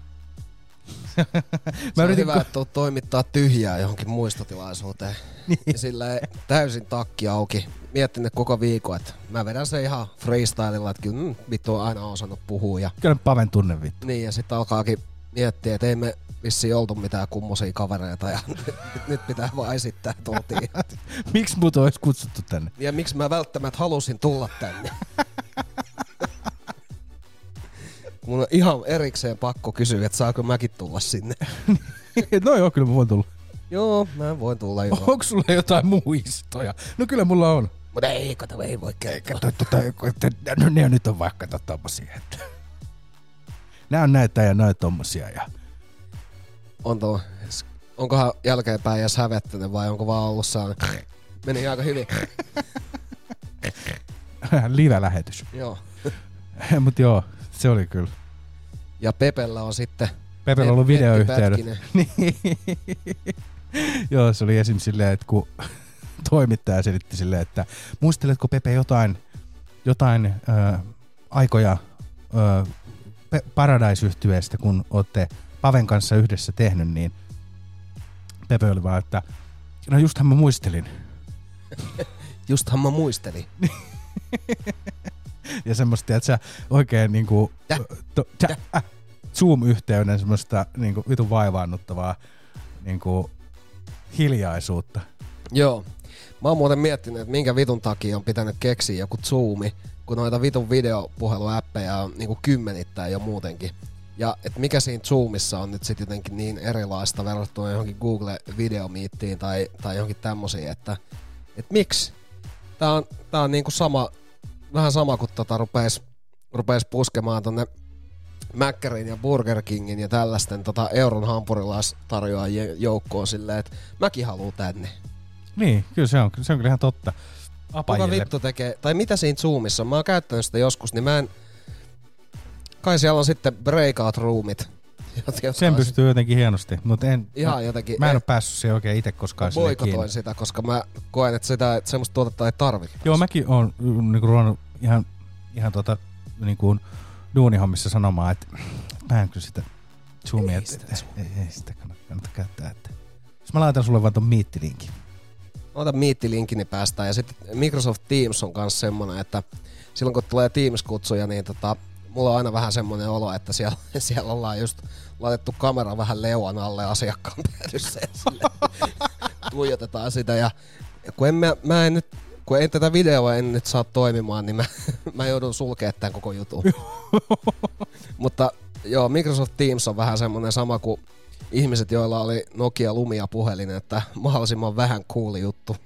Se on hyvä, että tuut toimittaa tyhjää johonkin muistotilaisuuteen. Niin. Ja sillä täysin takki auki. Miettinyt koko viikon, että mä vedän se ihan freestylella, että kyllä mm, vittu on aina osannut puhua. Ja kyllä Paven tunne vittu. Niin, ja sitten alkaakin miettiä, että ei me vissiin oltu mitään kummosia kavereita ja nyt, nyt pitää vaan esittää, että oltiin. Miksi mut olisi kutsuttu tänne? Ja miksi mä välttämättä halusin tulla tänne? Mun on ihan erikseen pakko kysyä, että saako mäkin tulla sinne. No joo, kyllä mä voin tulla. Joo, mä voin tulla joo. Onko sulla jotain muistoja? No kyllä mulla on. Mutta ei, kato, ei voi kertoa. Kato, tota, no ne on nyt on vaikka tommosia. Että. Nää on näitä ja näitä tommosia. Ja. On tuo, onkohan jälkeenpäin edes hävettänyt vai onko vaan ollut saanut? Meni aika hyvin. Live-lähetys. Joo. Mut joo, se oli kyllä. Ja Pepellä on sitten... Pepellä on ollut videoyhteydet. Niin. Joo, se oli esim. Silleen, että kun toimittaja selitti silleen, että muisteletko Pepe jotain, jotain ö, aikoja ö, Paradise-yhtyeestä, kun ootte Paven kanssa yhdessä tehnyt, niin Pepe oli vaan, että no justhan mä muistelin. Justhan mä muistelin. Ja semmoista, että sä oikein niinku to, tja, äh, Zoom-yhteyden semmoista niinku vitun vaivaannuttavaa niinku hiljaisuutta. Joo. Mä oon muuten miettinyt, että minkä vitun takia on pitänyt keksiä joku Zoomi, kun noita vitun videopuheluäppejä on niinku kymmenittäin jo muutenkin. Ja et mikä siinä Zoomissa on nyt sit jotenkin niin erilaista verrattuna johonkin Google Videomeetiin tai, tai johonkin tämmosiin, että et miksi? Tää on, tää on niinku sama, vähän sama kuin tota rupes, rupes puskemaan tonne Mäkkärin ja Burger Kingin ja tällaisten tota euron hampurilaistarjoajien joukkoon silleen, että mäkin haluu tänne. Niin, kyllä se on, se on kyllä ihan totta. Apajille. Kuka vittu tekee, tai mitä siinä Zoomissa on? Mä oon käyttänyt sitä joskus, niin mä en... Kai siellä on sitten breakout roomit. Sen pystyy jotenkin hienosti, mutta en... Ihan mä, jotenkin... Mä en oo päässyt siihen oikein itse koskaan sille kiinni. Boikotoin sitä, koska mä koen, että sitä, että semmoista tuotetta ei tarvitse. Joo, mäkin oon niinku ruvennut ihan, ihan tota niinku duunihommissa sanomaan, että mä en kyllä sitä Zoomia, että ei, ei sitä kannata, kannata käyttää. Että. Jos mä laitan sulle vaan ton Meet-linkin. Ota Meet-linkin, niin päästään. Ja sitten Microsoft Teams on kanssa semmonen, että silloin kun tulee Teams-kutsuja, niin tota, mulla on aina vähän semmonen olo, että siellä, siellä ollaan just laitettu kamera vähän leuan alle asiakkaan päädyssä ja tuijotetaan sitä. Ja, ja kun, en mä, mä en nyt, kun ei tätä videoa en nyt saa toimimaan, niin mä, mä joudun sulkemaan tämän koko jutun. Mutta joo, Microsoft Teams on vähän semmonen sama kuin ihmiset, joilla oli Nokia Lumia puhelin, että mahdollisimman vähän cool juttu.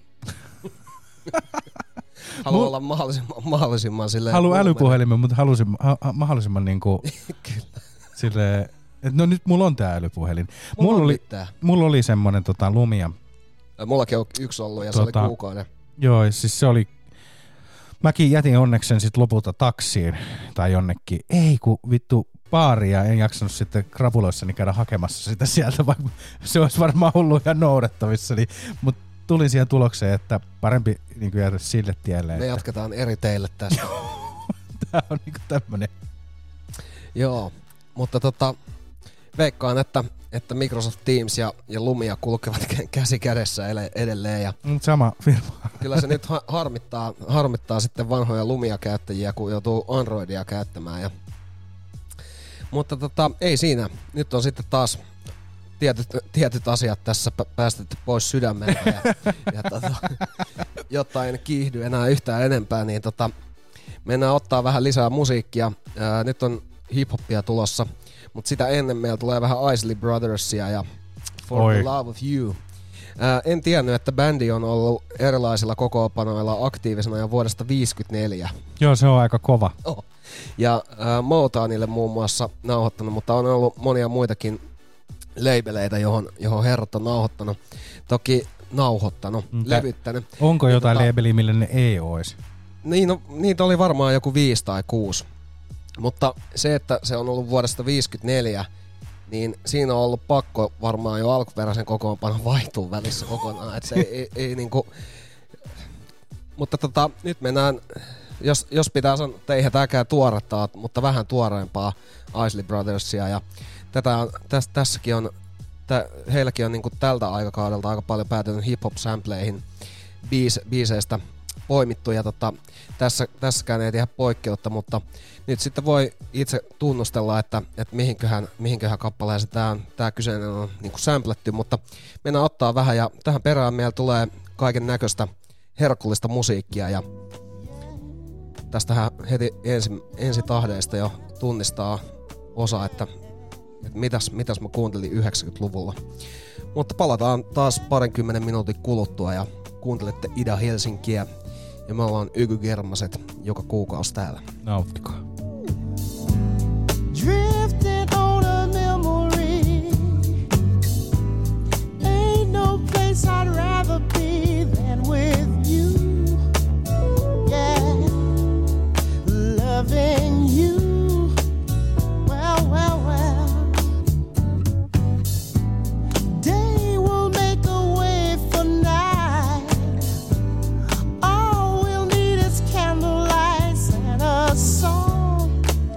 Haluan olla mahdollisimman, mahdollisimman silleen... Haluan älypuhelimen, mutta halusin, ha, ha, mahdollisimman niinku... Kyllä. Silleen, että no nyt mulla on tää älypuhelin. Mulla, mulla oli, tää. mulla oli semmonen tota, Lumia. Mullakin on yksi ollut ja tota, se oli kuukauden. Joo, siis se oli... Mäkin jätin onneksi sen sit lopulta taksiin tai jonnekin. Ei kun vittu baaria, en jaksanut sitten krapuloissani käydä hakemassa sitä sieltä, vaikka se olisi varmaan ollut ihan noudettavissa. Niin, mutta tulin siihen tulokseen, että parempi niin jäädä sille tielle. Me että... jatketaan eri teille tästä. Tää on niinku tämmönen. Joo, mutta tota, veikkaan, että, että Microsoft Teams ja, ja Lumia kulkevat käsi kädessä edelleen. Ja sama firma. Kyllä se nyt ha- harmittaa, harmittaa sitten vanhoja Lumia-käyttäjiä, kun joutuu Androidia käyttämään. Ja... Mutta tota, ei siinä. Nyt on sitten taas tietyt, tietyt asiat tässä päästetty pois sydämeltä. Ja, ja tota, jotta en kiihdy enää yhtään enempää, niin tota, mennään ottaa vähän lisää musiikkia. Ää, nyt on hip-hoppia tulossa, mutta sitä ennen meillä tulee vähän Isley Brothersia ja For Oi. the Love of You. Ää, en tiennyt, että bändi on ollut erilaisilla kokoonpanoilla aktiivisena jo vuodesta viisikymmentäneljä. Joo, se on aika kova. Oh. Ja äh, Motownille muun muassa nauhoittanut, mutta on ollut monia muitakin labeleita, johon, johon herrat on nauhoittanut. Toki nauhoittanut, mm, levyttänyt. Onko niin jotain tota, labeliä, millä ne ei ois? Niin, no, niitä oli varmaan joku viisi tai kuusi. Mutta se, että se on ollut vuodesta viisikymmentäneljä, niin siinä on ollut pakko varmaan jo alkuperäisen kokoonpanon vaihtua välissä kokonaan. Että se ei, ei, ei niinku... Mutta tota, nyt mennään, jos, jos pitää sanoa, että eihän tääkään tuoretta, mutta vähän tuoreempaa Isley Brothersia. Ja tätä on, täs, tässäkin on, tä, heilläkin on niinku tältä aikakaudelta aika paljon päätynyt hip-hop-sampleihin biis, biiseistä poimittu. Ja tota, tässä, tässäkään ei tehdä poikkeutta, mutta nyt sitten voi itse tunnustella, että, että mihinköhän, mihinköhän kappaleeseen tää, on, tää kyseinen on niinku sampletty. Mutta mennään ottaa vähän ja tähän perään meillä tulee kaiken näköistä herkullista musiikkia ja tästähän heti ensi, ensi tahdeista jo tunnistaa osa, että, että mitäs, mitäs mä kuuntelin yhdeksänkymmentäluvulla. Mutta palataan taas parinkymmenen minuutin kuluttua ja kuuntelette Ida Helsinkiä ja me ollaan Yky Germaset joka kuukausi täällä. Nauttikaa. Drifting on a memory. Ain't no place I'd rather be than with you. Yeah, loving you. Well, well, well. Day will make a way for night. All we'll need is candlelight and a song.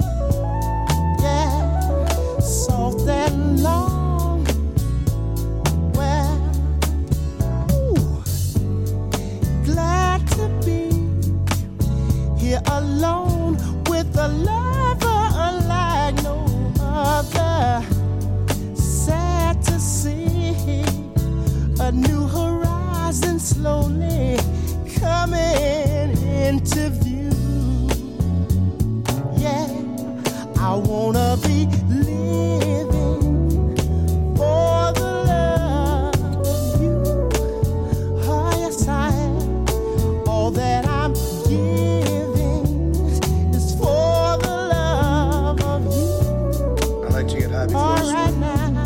Yeah, soft and long. Well, ooh, glad to be here alone with a lover unlike no other. Sad to see a new horizon slowly coming into view. Yeah, I wanna be living for the love of you. Oh, yes, I am. All that I'm giving is for the love of you. I like to get high before All I swim. right now.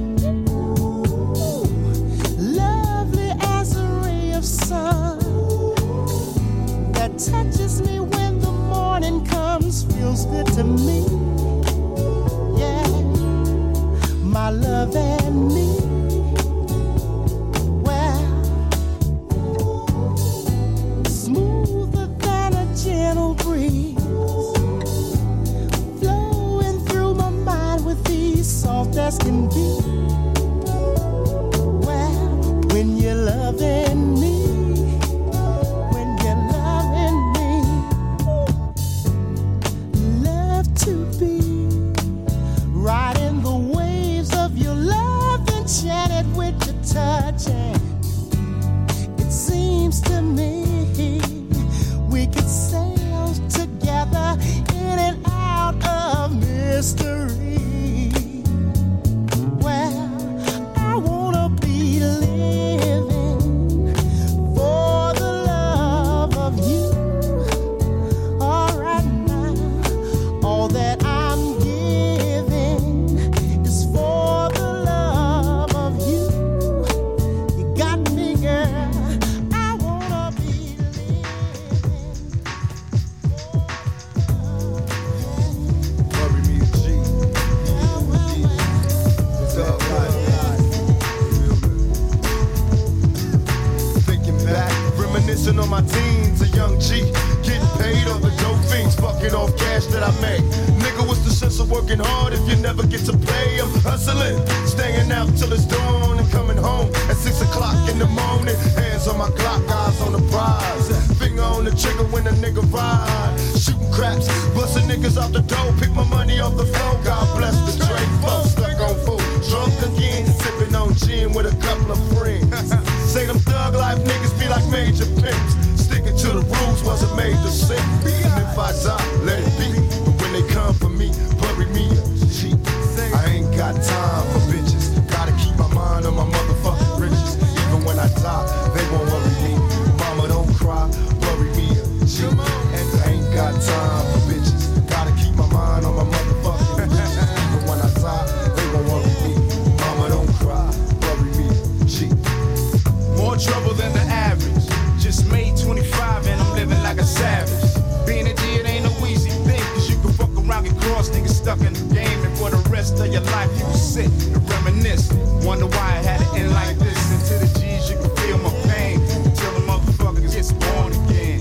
Ooh, lovely as a ray of sun that touches me when the morning comes, feels good to me. Yeah, my love and me. Well, smoother than a gentle breeze, flowing through my mind with ease, soft as can be. Well, when you're loving me, when you're loving me, love to be riding the waves of your love, enchanted with your touch. And it seems to me we could sail together in and out of mystery. Well, I wanna be living for the love of you. All right now, all that I'm giving is for the love of you. You got me, girl. I wanna be living Worry me a G. It's all right. Thinking back, reminiscing on my teens, a young G, getting paid off the dope fiends, fucking off cash that I made. Nigga, what's the sense of working hard if you never get to play? I'm hustling, staying out till it's dawn and coming home at six o'clock in the morning. Hands on my clock, eyes on the prize, finger on the trigger when a nigga ride. Shooting craps, busting niggas off the door, pick my money off the floor. God bless the trade folks, stuck on food, drunk again, sipping on gin with a couple of friends. Say them thug life niggas be like major pimps. Sticking to the rules wasn't made to sing. And if I die, let it be. But when they come for me, bury me a G. I ain't got time for bitches. Gotta keep my mind on my motherfucking riches. Even when I die, they won't worry me. Mama, don't cry, bury me a G. And I ain't got time for bitches. Gotta keep my mind on my motherfucking riches. Even when I die, they won't worry me. Mama, don't cry, bury me a G. More trouble than the average. Just made twenty-five and I'm living like a savage. Being a G, it ain't no easy thing, cause you can fuck around, get crossed, niggas stuck in the game, and for the rest of your life you will sit and reminisce. Wonder why it had to end like this. And to the G's you can feel my pain, until the motherfucker gets born again.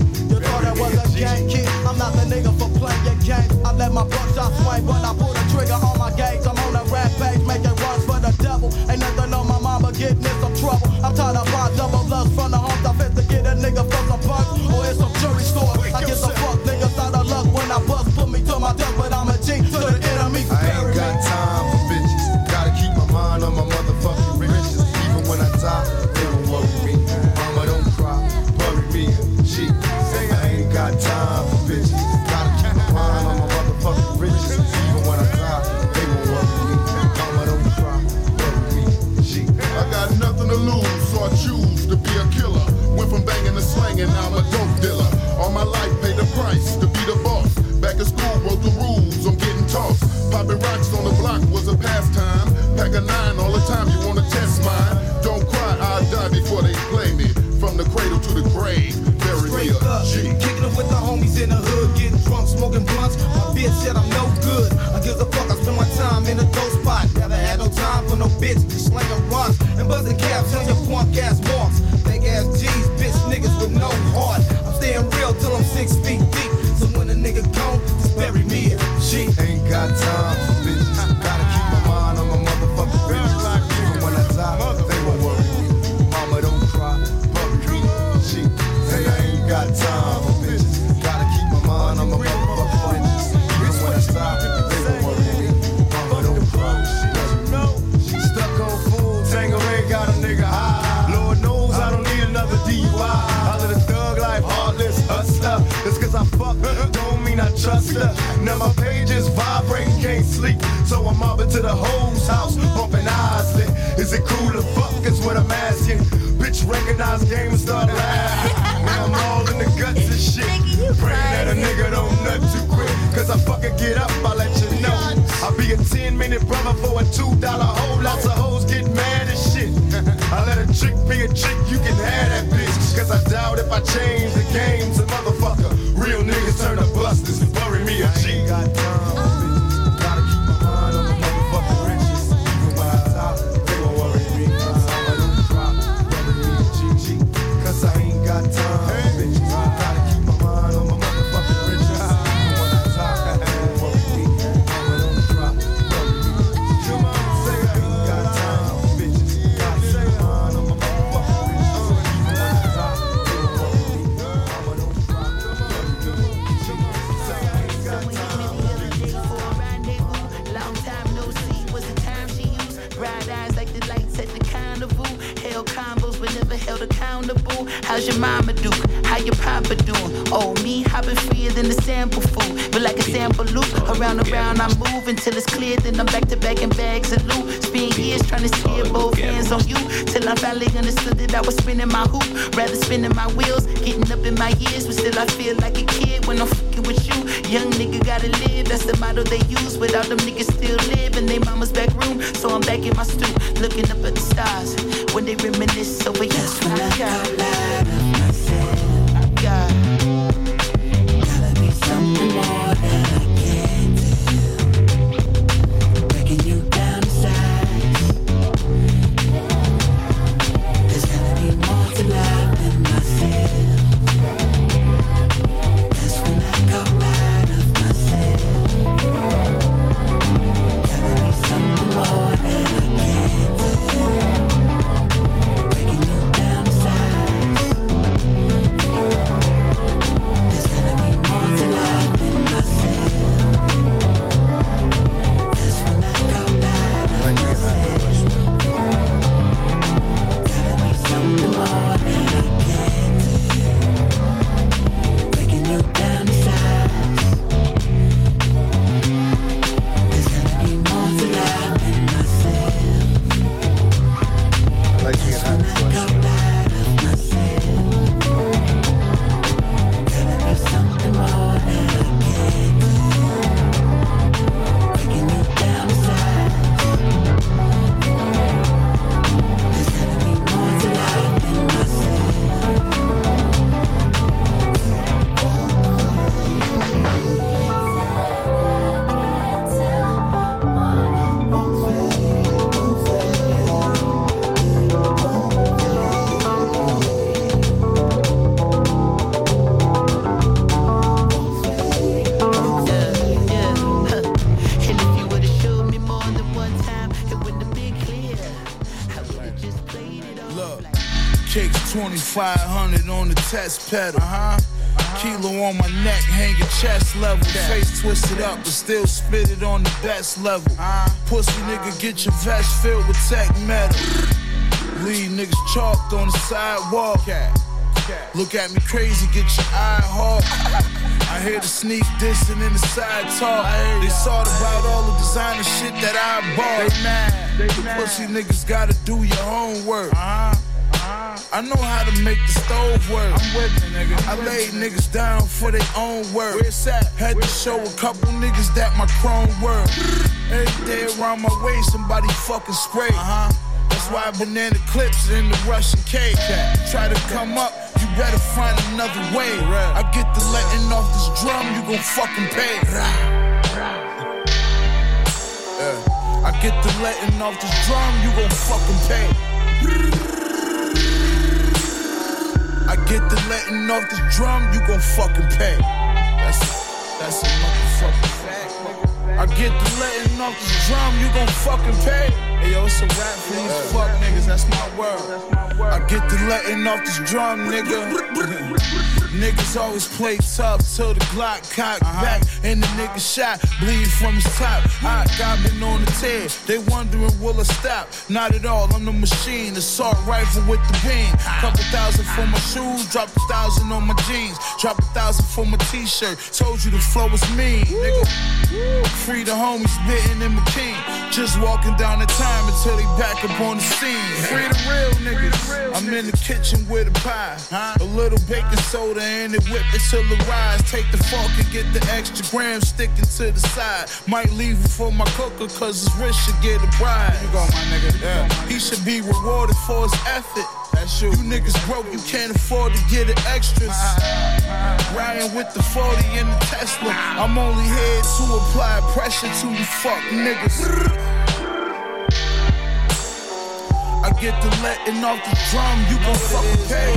price to be the boss. Back in school, wrote the rules, I'm getting tossed. Popping rocks on the block was a pastime. Pack a nine all the time, you wanna test mine? Don't cry, I'll die before they play me. From the cradle to the grave, bury me a G. Kicking it with the homies in the hood, getting drunk, smoking blunts. My bitch said I'm no good. I give a fuck, I spend my time in a dope spot. Never had no time for no bitch, just slinging rocks and buzzing caps on your punk ass marks. Fake ass G's, bitch niggas with no heart. I'm staying real till I'm six feet deep. So when a nigga gone, just bury me a G. Ain't got time for bitches. Gotta keep my mind on my motherfucking bitches. Even when I die, they won't worry me. Mama don't cry, bury me. G. Say I ain't got time for bitches. Gotta keep my mind on my motherfucking bitches. Even when I die, they won't worry me. Mama don't cry, bury me. Stuck on fool, Tango ain't got a nigga high. Lord knows I don't need another D U I. I live a thug life, heartless hustler. Just cause I fuck her, don't mean I trust her. Now my pages vibrating, can't sleep. So I'm mobbing to the hoes house, bumping eyes lit. Is it cool to fuck is what I'm asking. Bitch recognize game and start laughing. Now I'm all in the guts and shit. Praying that a nigga don't nut too quick. Cause I fucking get up, I let you know. I'll be a ten minute brother for a two dollar hole. Lots of hoes get mad as shit. I let a chick be a chick, you can have that bitch. Cause I doubt if I change the game's a motherfucker. Real niggas turn to busters and bury me a G. Got time, bitch. Gotta keep my mind on the motherfucking riches. Even when I die, they won't worry me. I'ma don't cry, bury me a G G. Cause I ain't got time, bitch. Gotta keep my mind on my motherfucking riches. Even when I die, they won't worry me. I'ma don't cry, bury me a G G. Come on, say I ain't got time, bitch. Gotta keep my mind on my motherfucking riches. Even when I die, they won't worry me. I'ma don't cry, bury me a G G. Say I ain't got time. Long time no see was the time she used. Bright eyes like the lights at the carnival. Held combos but never held accountable. How's your mama do? How your papa doing? Oh, me hopping freer than the sample food. But like a sample loop, around and around I move until it's clear. Then I'm back to back in bags of loot. Spend years trying to steer both hands on you. Till I finally understood that I was spinning my hoop. Rather spinning my wheels, getting up in my years. But still I feel like a kid when I'm fucking with you. Young nigga gotta live, that's the motto they use. Without them niggas still live in they mama's back room. So I'm back in my stoop, looking up at the stars. When they reminisce over yes, when I got loud of myself. God, gotta be something more than I can do. Breaking you down to size. There's gotta be more to life than myself. That's when I got loud of myself. Gotta be something more than I can do. Breaking you down to size. There's gotta be more to life than myself. That's when I got loud of myself. Gotta be something more than I can do. Breaking you down to size. There's gotta be more to life than myself. I'd like to get happy for us. Got loud of myself. Gotta be something more than I can do. Breaking you down to size. There's gotta be more to life than myself. And if you would've showed me more than one time, it wouldn't have been clear. I would've just played it off. Look, kicks twenty-five hundred on the test pedal. Uh-huh. Kilo on my neck, hanging chest level. Face twisted up, but still spit it on the best level. Uh-huh. Pussy nigga, get your vest filled with tech metal. Leave niggas chalked on the sidewalk. Look at me crazy, get your eye hawk. I hear the sneak dissing in the side talk. They thought about all the designer shit that I bought. They mad. The pussy niggas gotta do your homework. Uh-huh. Uh-huh. I know how to make the stove work. I'm with it, nigga. I laid niggas down for their own work. Where it's at? Had to show a couple niggas that my chrome work. Every day around my way, somebody fucking spray. Uh-huh. That's why banana clips in the Russian cake. Try to come up, you better find another way. I get the letting off this drum, you gon' fucking pay. Yeah. I get the letting off this drum, you gon' fucking pay. I get the letting off this drum, you gon' fucking pay. That's a, that's a motherfucking fact, nigga. I get the letting off this drum, you gon' fucking pay. Hey yo, it's a rap for these fuck niggas, that's my word. I get the letting off this drum, nigga. Niggas always play tough till the Glock cock uh-huh. back and the nigga shot, bleed from his top. I got been on the tear, they wondering will I stop? Not at all, I'm the machine, assault rifle with the beam. Couple thousand for my shoes, drop a thousand on my jeans. Drop a thousand for my t-shirt, told you the flow was mean, nigga. Free the homies, bitten in McKean. Just walking down the time until they back up on the scene. Free the real niggas, I'm in the kitchen with a pie. A little baking soda and it whip it till it rise. Take the fork and get the extra grams sticking to the side. Might leave it for my cooker cause his wrist should get a bride. You go, my nigga. Yeah. He should be rewarded for his effort. That's you. You niggas broke, you can't afford to get it extras. Riding with the forty in the Tesla. I'm only here to apply pressure to you fuck niggas. I get the letting off the drum, you gon' fucking pay.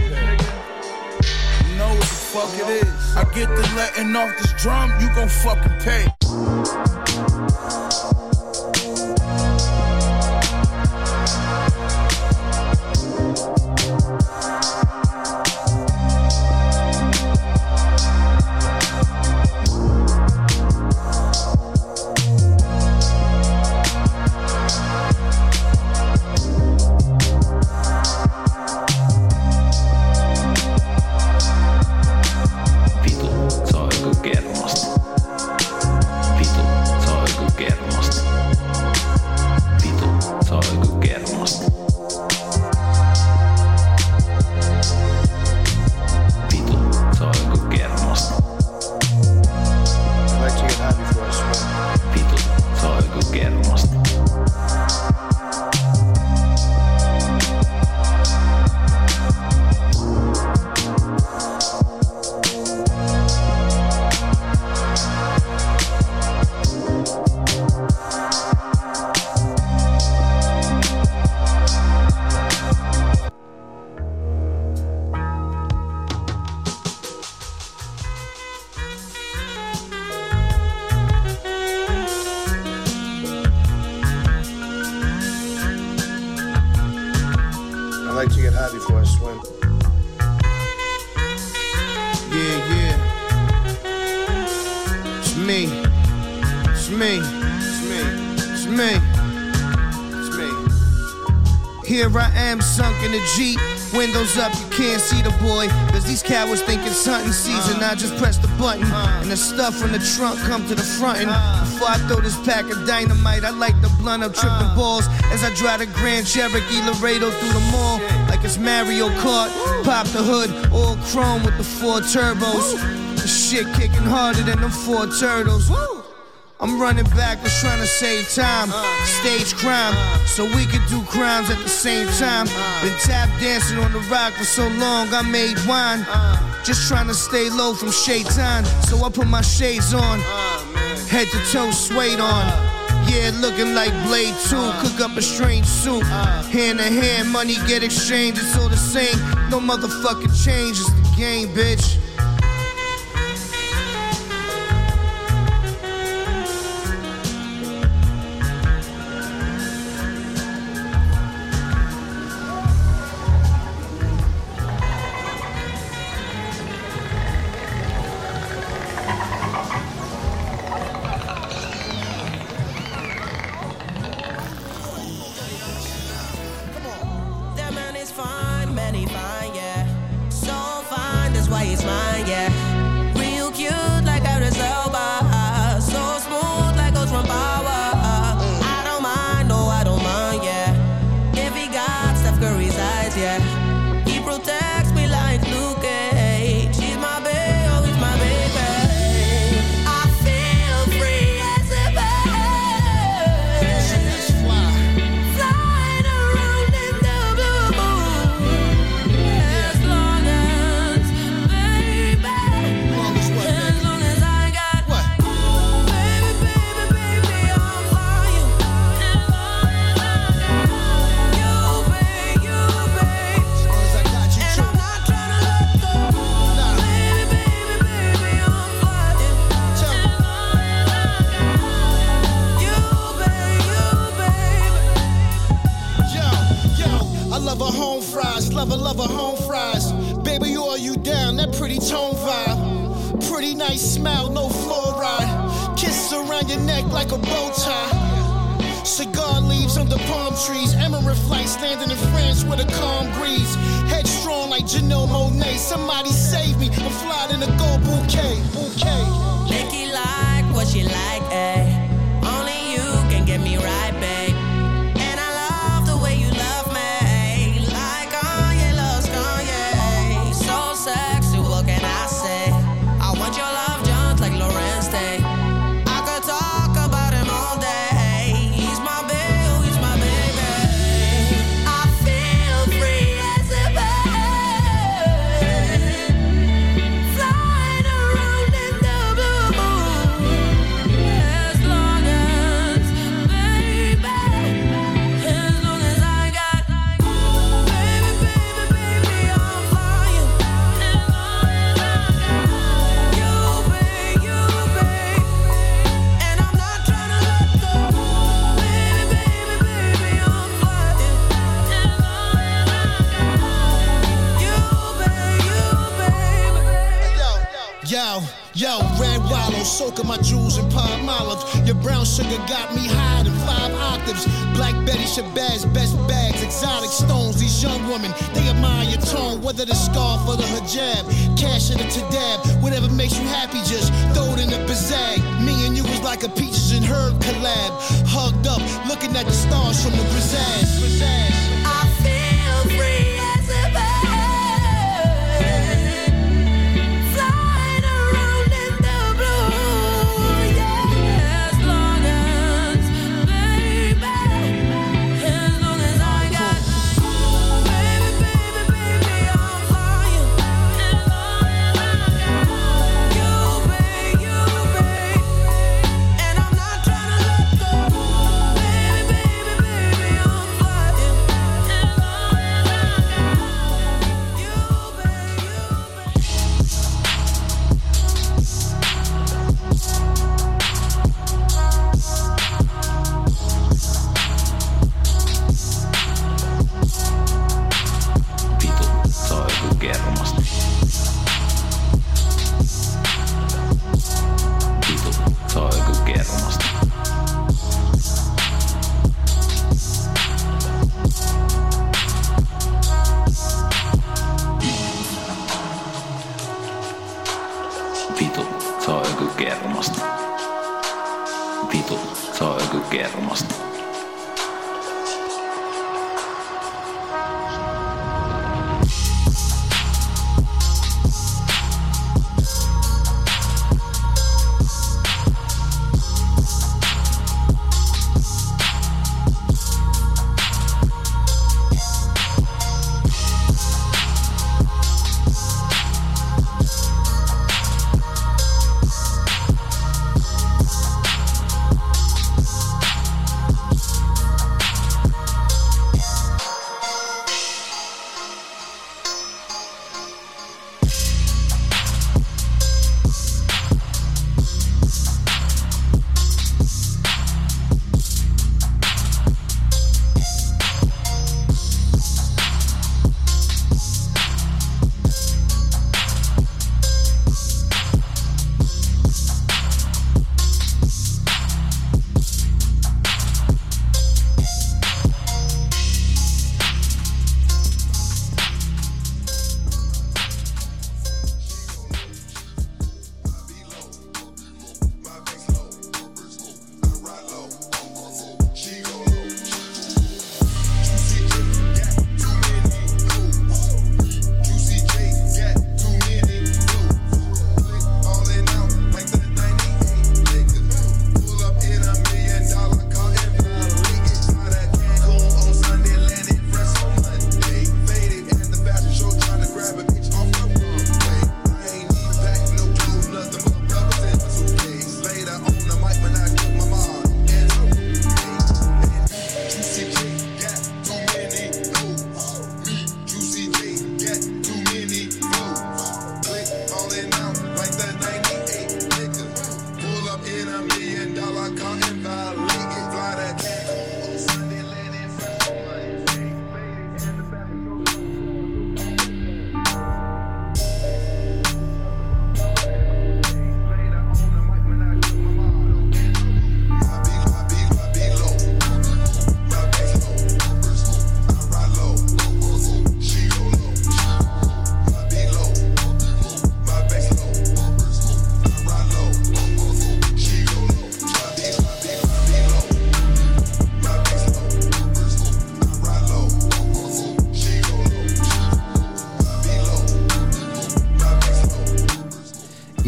You know what the fuck it is. I get the letting off this drum, you gon' fucking pay. I like to get high before I swim. Yeah, yeah. It's me. It's me. It's me. It's me. It's me. Here I am sunk in a Jeep. Windows up, you can't see the boy. Cause these cowards think it's hunting season. I just press the button and the stuff from the trunk come to the front. And before I throw this pack of dynamite, I like the blunt up tripping balls as I drive the Grand Cherokee Laredo through the mall like it's Mario Kart. Pop the hood, all chrome with the four turbos. The shit kicking harder than them four turtles. I'm running backwards trying to save time. Stage crime, so we could do crimes at the same time. Been tap dancing on the rock for so long, I made wine. Just trying to stay low from shaitan, so I put my shades on. Head to toe suede on. Yeah, looking like Blade two. Cook up a strange soup. Hand to hand, money get exchanged. It's all the same. No motherfucking change. It's the game, bitch. Why it's mine. rise. Lover, lover, home fries. Baby, you are you down, that pretty tone vibe. Pretty nice smile, no fluoride. Kisses around your neck like a bow tie. Cigar leaves under palm trees. Emirate flights landing in France with a calm breeze. Headstrong like Janelle Monáe. Somebody save me, I'm flying in a gold bouquet. Bouquet. Nikki like what she like, ayy. Only you can get me right, babe. And I love the way you love me. Like Kanye loves Kanye. So sexy, what can I say? I want your love just like Lorenz Day. I could talk about him all day. He's my baby, he's my baby. I feel free as a bird, flying around in the blue. As long as, baby, as long as I got, baby, baby, baby, I'm flying. As long as I got you, babe, you, babe, and I'm not trying to let go. Baby, baby, baby, I'm flying. As long as I got you, babe, you, baby. Yo, yo, red wallow, soaking my jewels in palm olive. Your brown sugar got me higher than five octaves. Black Betty Shabazz, best bags, exotic stones. These young women, they admire your tone, whether the scarf or the hijab. Cash it to dab, whatever makes you happy, just throw it in the bazag. Me and you was like a Peaches and Herb collab. Hugged up, looking at the stars from the pizzazz. I feel free as a bird, flying around in the blue. Yeah, as long as, baby, as long as I got, baby, baby, baby, I'm flying. As long as I got you, babe, you, babe, and I'm not trying to let go. Baby, baby, baby, I'm flying. As long as I got you, babe, you, babe. Vitu, se on joku kermasta. Vitu, se on joku kermasta. Vitu, se on joku kermasta. Vitu, se on joku kermasta.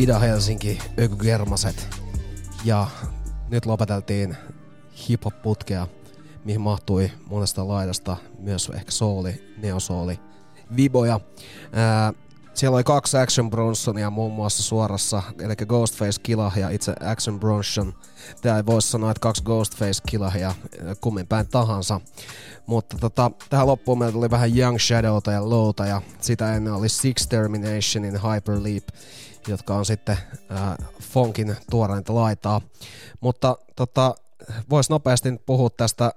Ida Helsinki, Ökygermaset. Ja nyt lopeteltiin hip-hop-putkea, mihin mahtui monesta laidasta myös ehkä souli, neosouli, viboja. Ää, siellä oli kaksi Action Bronsonia muun muassa suorassa, eli Ghostface Killah ja itse Action Bronson. Tää ei voisi sanoa, että kaksi Ghostface Killahia kummin päin tahansa. Mutta tota, tähän loppuun meillä tuli vähän Young Shadowta ja Lowta ja sitä ennen oli Six Terminationin Hyperleap, jotka on sitten äh, funkin tuoreinta laitaa. Mutta tota, vois nopeasti nyt puhua tästä,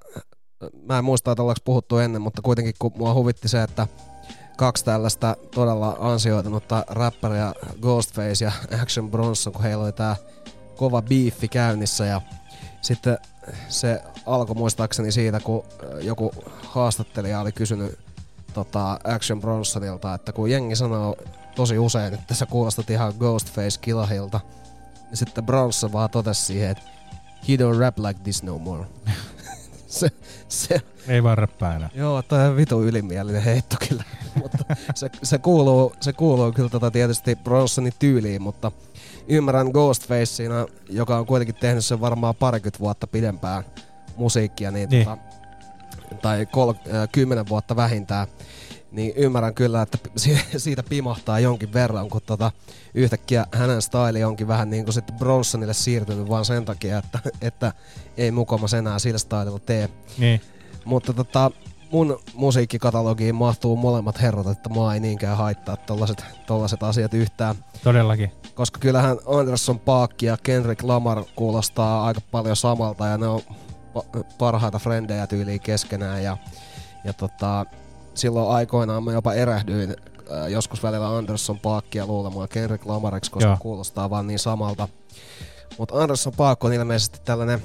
mä en muista, että ollaanko puhuttu ennen, mutta kuitenkin kun mua huvitti se, että kaksi tällaista todella ansioitunutta räppäriä, Ghostface ja Action Bronson, kun heillä oli tää kova biiffi käynnissä ja sitten se alkoi muistaakseni siitä, kun joku haastattelija oli kysynyt tota Action Bronsonilta, että kun jengi sanoo tosi usein, että sä kuulostat ihan Ghostface Killahilta, niin sitten Bronson vaan totesi siihen, että he don't rap like this no more. se, se, Ei vaan räppää enää. Joo, toi on vitu ylimielinen heitto kyllä. mutta se, se, kuuluu, se kuuluu kyllä tota tietysti Bronsonin tyyliin, mutta ymmärrän Ghostfacena, joka on kuitenkin tehnyt sen varmaan parikymmentä vuotta pidempään musiikkia, niin, niin. Tota, tai kol, äh, kymmenen vuotta vähintään, niin ymmärrän kyllä, että siitä pimahtaa jonkin verran, kun tota, yhtäkkiä hänen styli onkin vähän niin kuin sitten Bronsonille siirtynyt vaan sen takia, että, että ei mukamas enää sillä stylilla tee. Niin. Mutta tota, mun musiikkikatalogiin mahtuu molemmat herrat, että mua ei niinkään haittaa tollaset, tollaset asiat yhtään. Todellakin. Koska kyllähän Anderson .Paak ja Kendrick Lamar kuulostaa aika paljon samalta ja ne on parhaita frendejä tyyliin keskenään ja, ja tota, silloin aikoinaan mä jopa erähdyin äh, joskus välillä Anderson .Paakia luulemaan Kendrick Lamariksi, koska Joo. kuulostaa vaan niin samalta. Mutta Anderson .Paak on ilmeisesti tällainen,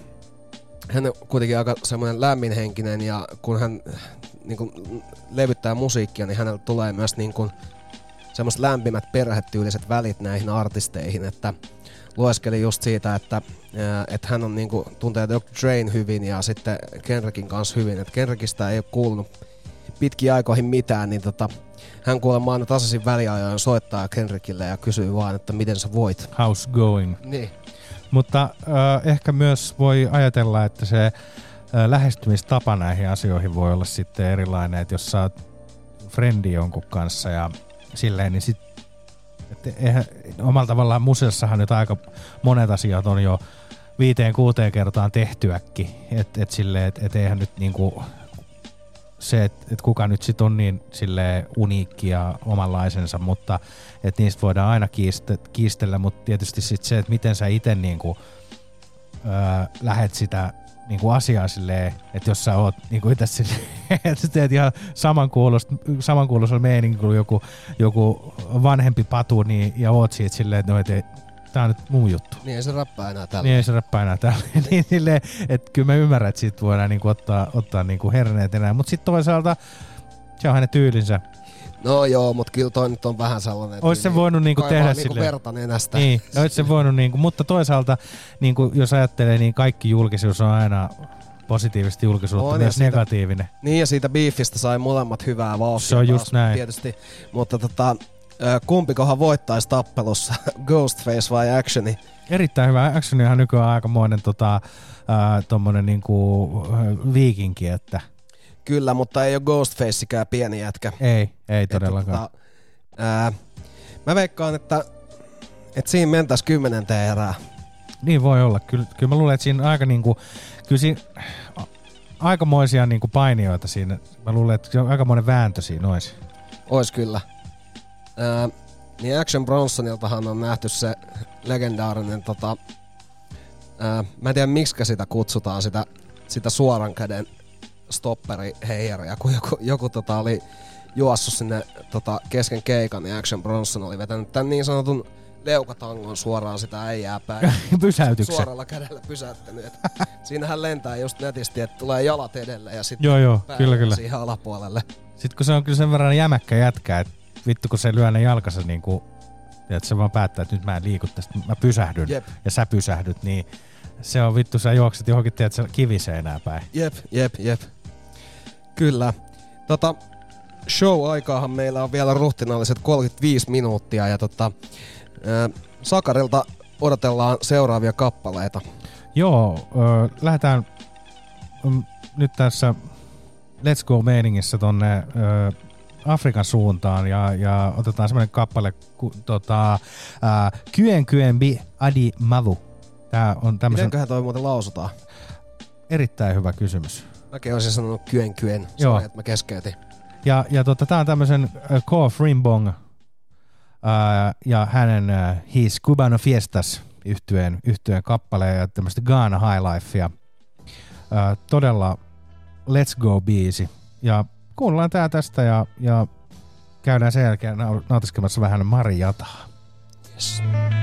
hän on kuitenkin aika semmoinen lämminhenkinen ja kun hän niin kun levyttää musiikkia, niin hänellä tulee myös niin kun semmoiset lämpimät perhetyyliset välit näihin artisteihin, että lueskelin just siitä, että, että hän on niinku, tuntee doctor Drain hyvin ja sitten Kendrickin kanssa hyvin, että Kendrickistä ei ole kuulunut pitkiä aikoihin mitään, niin tota, hän kuulemma aina tasaisin väliajoin soittaa Kendrickille ja kysyy vaan, että miten sä voit. How's going? Niin. Mutta äh, ehkä myös voi ajatella, että se äh, lähestymistapa näihin asioihin voi olla sitten erilainen, että jos sä oot frendi jonkun kanssa ja silleen, niin sit et eihän, omalla tavallaan museossahan nyt aika monet asiat on jo viiteen kuuteen kertaan tehtyäkin, että et silleen, et, et eihän nyt niinku se, että et kuka nyt sit on niin silleen uniikki ja omanlaisensa, mutta että niistä voidaan aina kiiste, kiistellä, mutta tietysti sit se, että miten sä ite niinku öö, lähet sitä niinku asiaa silleen, että jos sä oot niinku itse silleen, että sä teet ihan samankuuloisella meininkin kuin joku, joku vanhempi patu niin, ja oot siitä silleen, että no, et, tää on nyt mun juttu. Niin ei se räppää enää tällä. Niin ei se räppää enää tällä. niin silleen, että kyllä mä ymmärrän, että siitä voidaan niinku ottaa, ottaa niinku herneet enää, mutta sitten toisaalta se on hänen tyylinsä. No joo, mutta kyllä toi nyt on vähän sellainen, ois se voinut niinku tehdä niinku silleen. verta nenästä. Niin, ois se voinut niinku, mutta toisaalta niinku, jos ajattelee, niin kaikki julkisuus on aina positiivista julkisuutta, on, myös siitä, negatiivinen. Niin ja siitä beefistä sai molemmat hyvää vauhtia. Se on just näin. Tietysti, mutta tota, kumpikohan voittaisi tappelussa, Ghostface vai Actioni? Erittäin hyvä. Actionihan nykyään aikamoinen tota, ää, tommonen niinku viikinki, että kyllä, mutta ei ole Ghostfaceikään pieni jätkä. Ei, ei todellakaan. Että, tota, ää, mä veikkaan, että, että siinä mentäis kymmenenteen erää. Niin voi olla. Kyllä, kyllä mä luulen, että siinä aika niinku, kyllä siinä aikamoisia niinku painioita siinä. Mä luulen, että aikamoinen vääntö siinä olisi. Ois kyllä. Ää, niin Action Bronsoniltahan on nähty se legendaarinen tota, ää, mä en tiedä miksikä sitä kutsutaan, sitä, sitä suoran käden stopperi heijaria, kun joku, joku tota oli juossut sinne tota, kesken keikan, niin Action Bronson oli vetänyt tämän niin sanotun leukatangon suoraan sitä äijää päin. Pysäytyksen. Suoralla kädellä pysäyttänyt. Siinähän lentää just netisti, että tulee jalat edelle ja sitten joo, joo, kyllä, kyllä. siihen alapuolelle. Sitten kun se on kyllä sen verran jämäkkä jätkä, että vittu kun se lyö ne jalkansa niin kuin, että se vaan päättää, että nyt mä en liiku tästä, mä pysähdyn Jep. ja sä pysähdyt, niin se on vittu, sä juokset johonkin, tiedät sä kiviseinää päin. Jep, jep, jep. Kyllä. Tota, show-aikaahan meillä on vielä ruhtinaalliset kolmekymmentäviisi minuuttia ja tota, ää, Sakarilta odotellaan seuraavia kappaleita. Joo, ö, lähdetään mm, nyt tässä Let's Go-meiningissä tonne ö, Afrikan suuntaan ja, ja otetaan semmoinen kappale ku, tota, ä, Kyen Kyen Bi Adi Mavu. Tää on tämmösen... Mitenköhän toi muuten lausutaan? Erittäin hyvä kysymys. Mäkin olisin sanonut Kyen Kyen, Joo. Sorry, että mä keskeytin. Ja, ja tota, tää on tämmösen uh, Kof Rimbong uh, ja hänen uh, His Cubano Fiestas yhtyeen, yhtyeen kappaleen ja tämmöstä Ghana High Lifea. Uh, todella Let's Go-biisi. Ja kuunnellaan tää tästä ja, ja käydään sen jälkeen nautiskelemassa vähän Mariataa. Yes.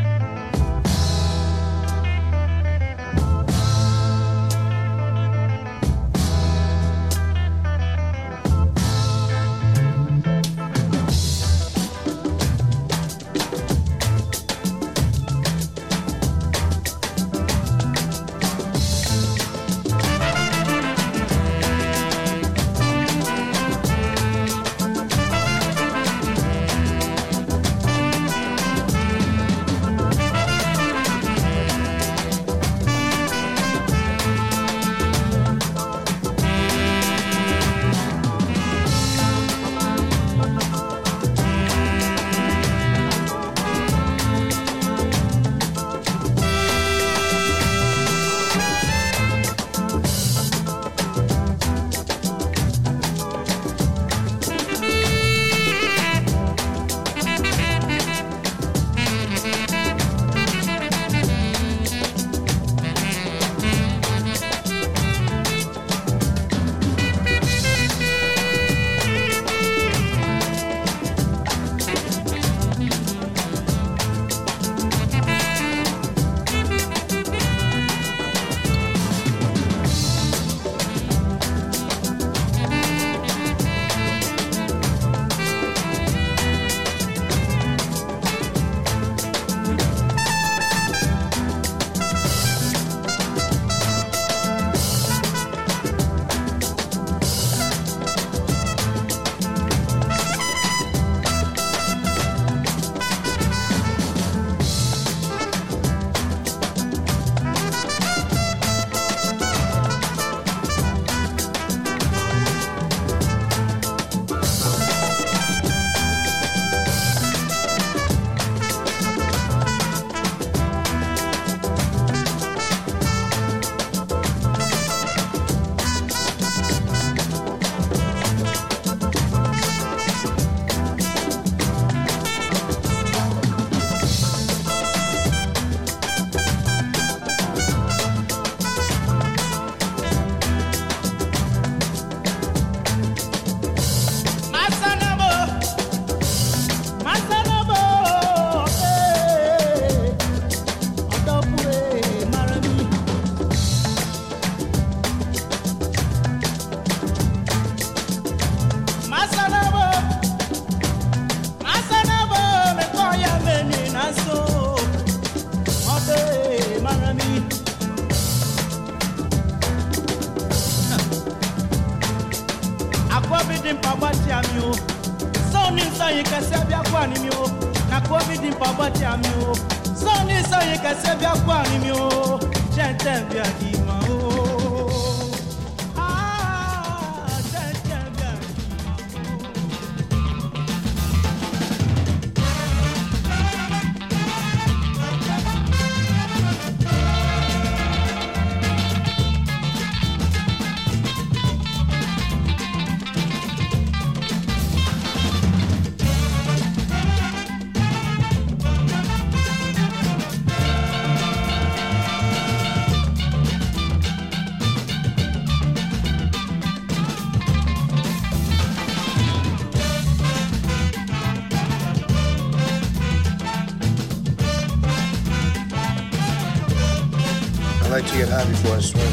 I like to get high before I swim.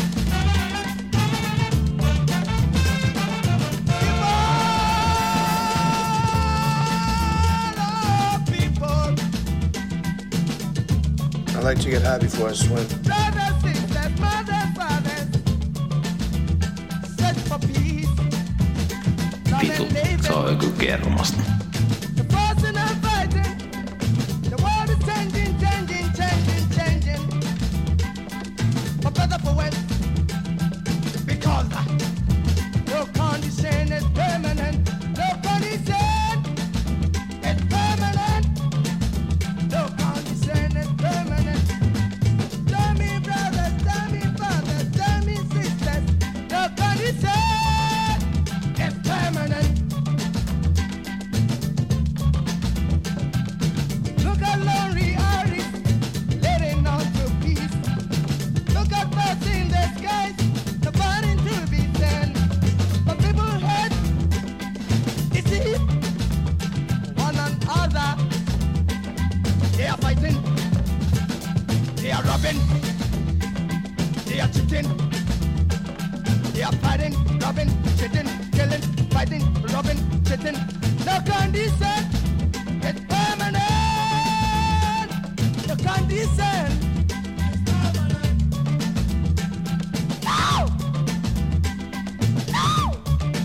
I like to get high before I swim. Vitu, se on joku kermasta. The force in our fighting, the world is changing. robbing. They are cheating. They are fighting, robbing, cheating, killing, fighting, robbing, cheating. No condition. It's permanent. No condition. No! No!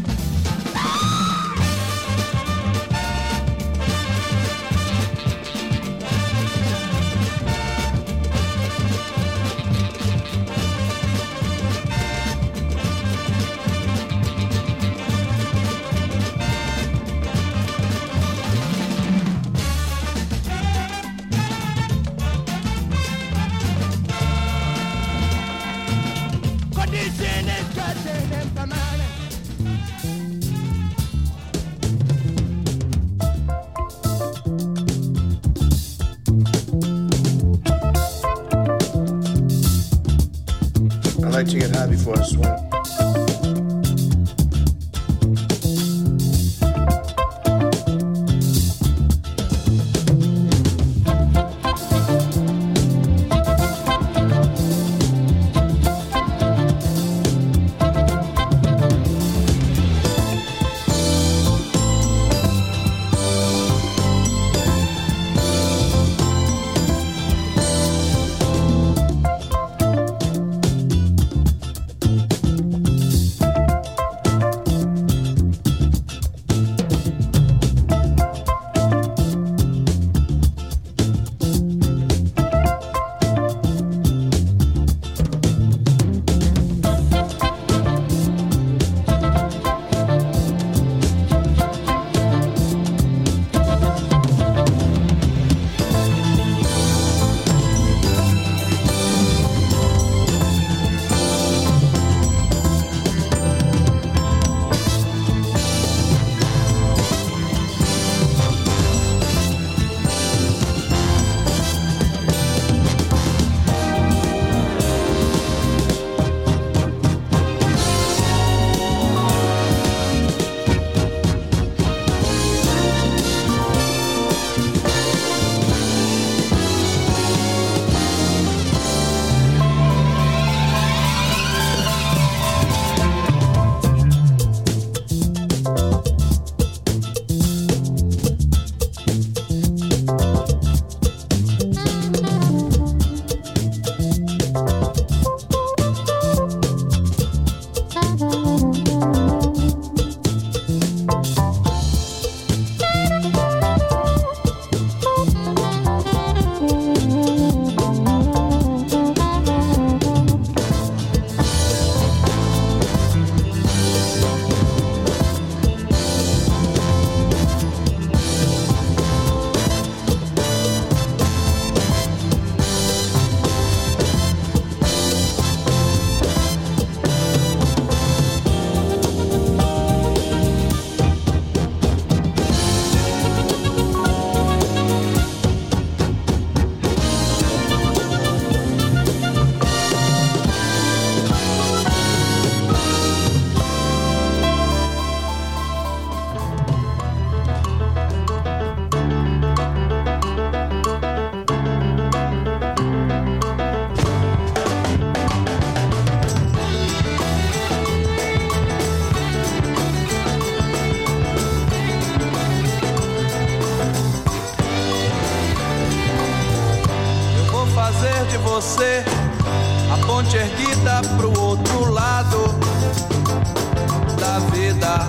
Condition is cutting them permanent. I like to get high before I swim. de você, a ponte erguida pro outro lado da vida.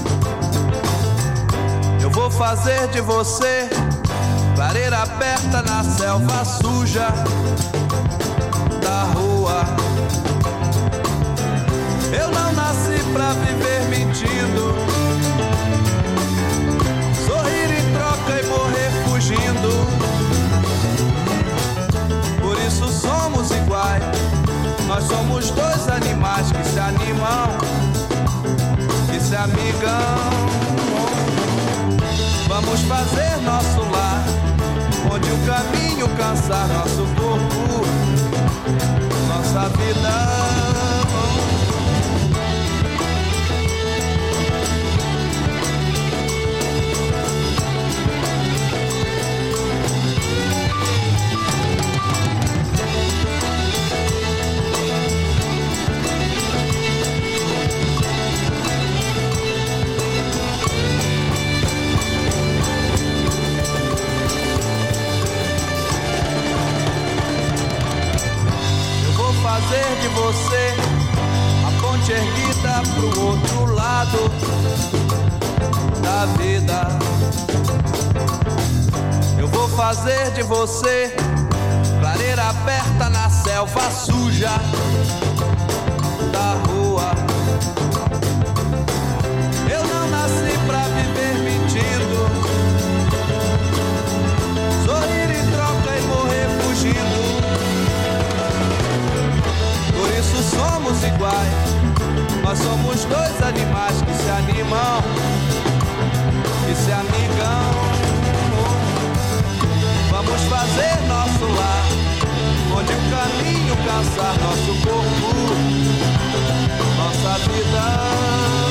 Eu vou fazer de você clareira aberta na selva suja da rua. Eu não nasci pra viver mentindo, sorrir em troca e morrer fugindo. Por isso somos iguais, nós somos dois animais que se animam, que se amigam. Vamos fazer nosso lar, onde o caminho cansar nosso corpo, nossa vida. fazer de você a ponte erguida pro outro lado da vida. Eu vou fazer de você clareira aberta na selva suja da rua. Eu não nasci pra viver mentindo, sorrir em troca e morrer fugindo. Por isso somos iguais, nós somos dois animais que se animam e se amigam. Vamos fazer nosso lar, onde o caminho cansar nosso corpo, nossa vida.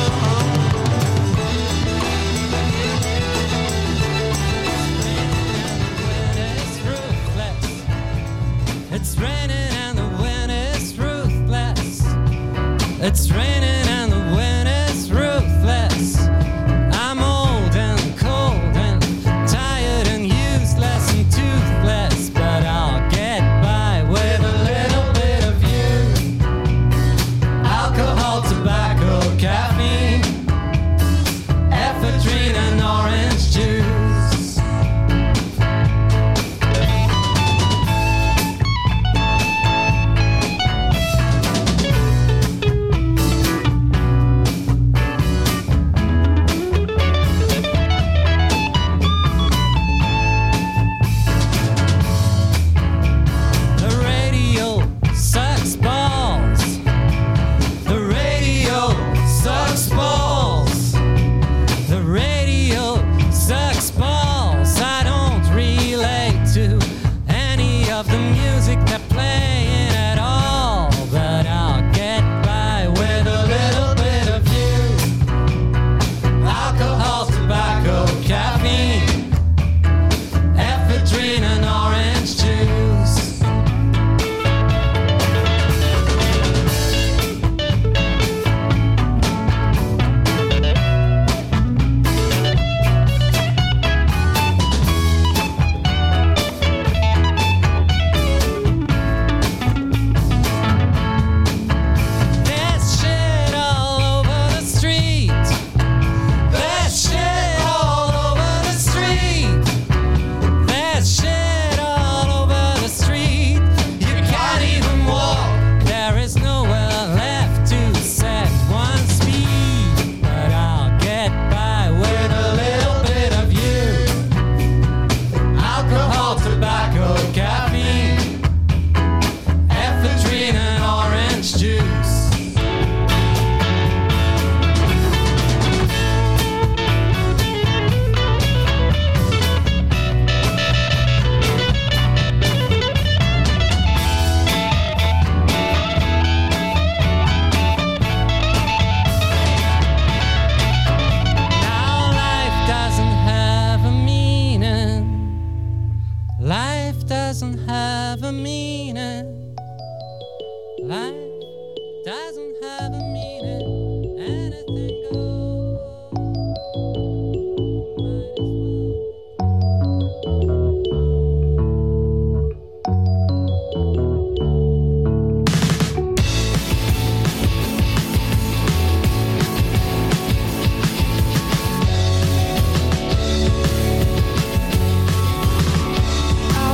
It's raining and the wind is ruthless. It's raining and the wind is ruthless. I'm old and cold and tired and useless and toothless, but I'll get by with a little bit of you. Alcohol, tobacco, caffeine, ephedrine and orange juice.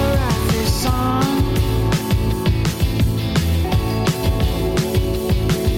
I'll write this song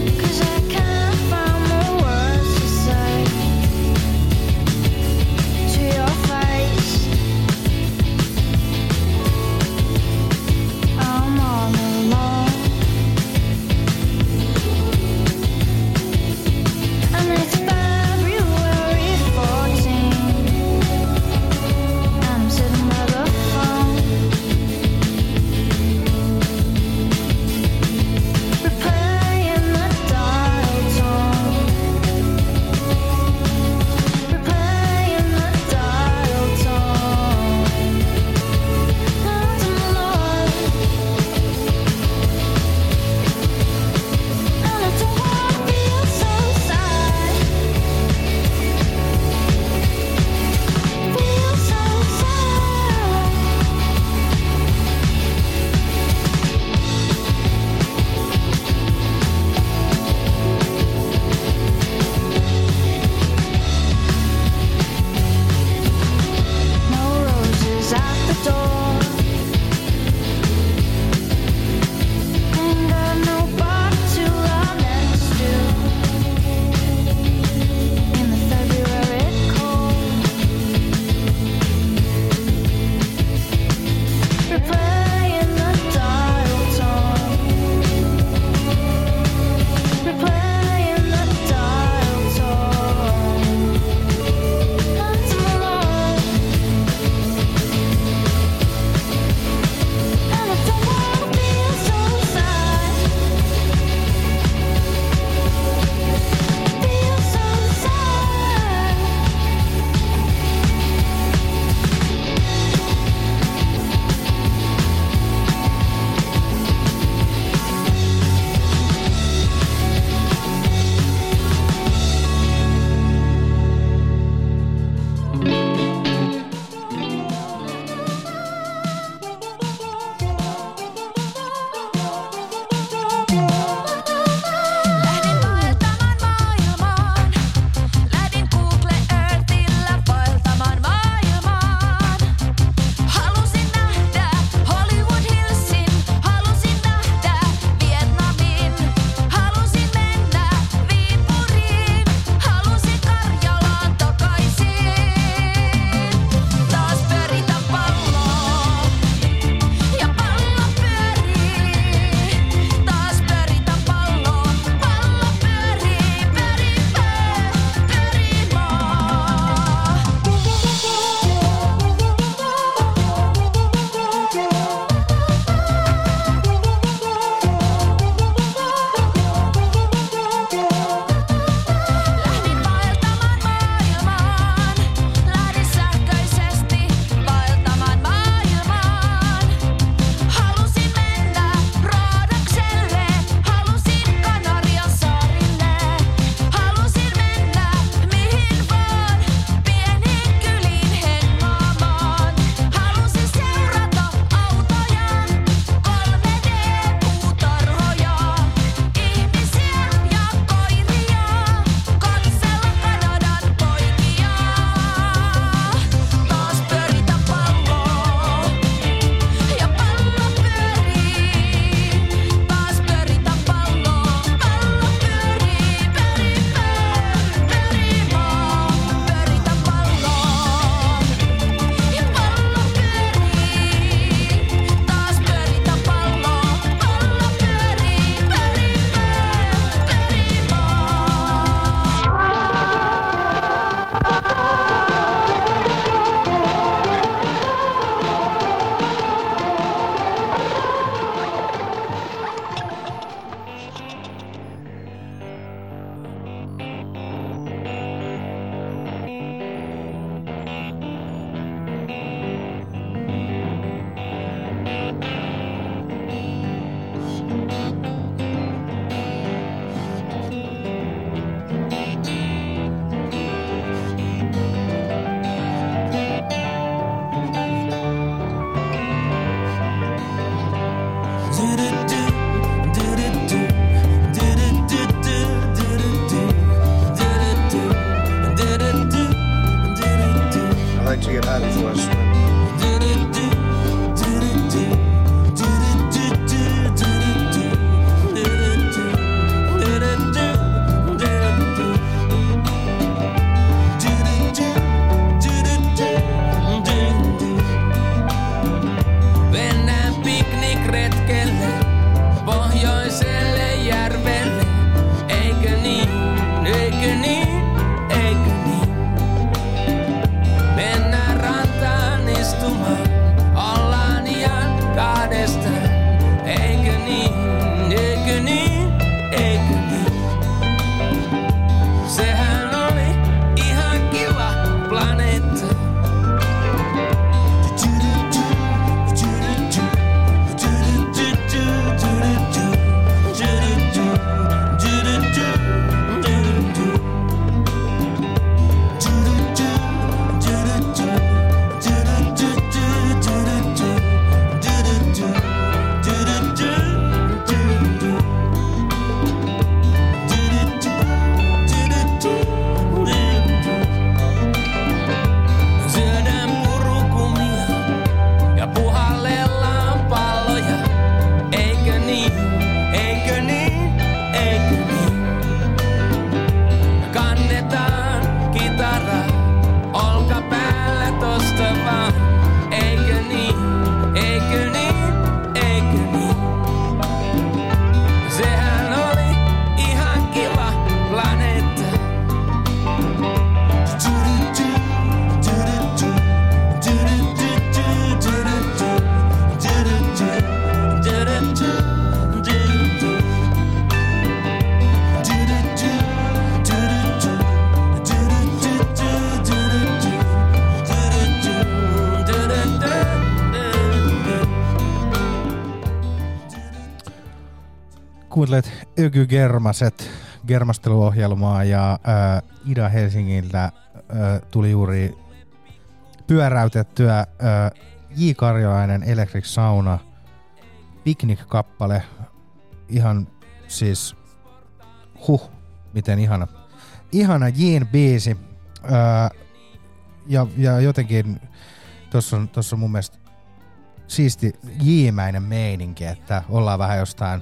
kuuntelet Öky Germaset germasteluohjelmaa ja äh, Ida Helsingillä äh, tuli juuri pyöräytettyä äh, J. Karjalainen Electric Sauna Picnic-kappale. Ihan siis huh, miten ihana. Ihana Jin biisi. Äh, ja, ja jotenkin tossa on, tossa on mun mielestä siisti jiimäinen meininki, että ollaan vähän jostain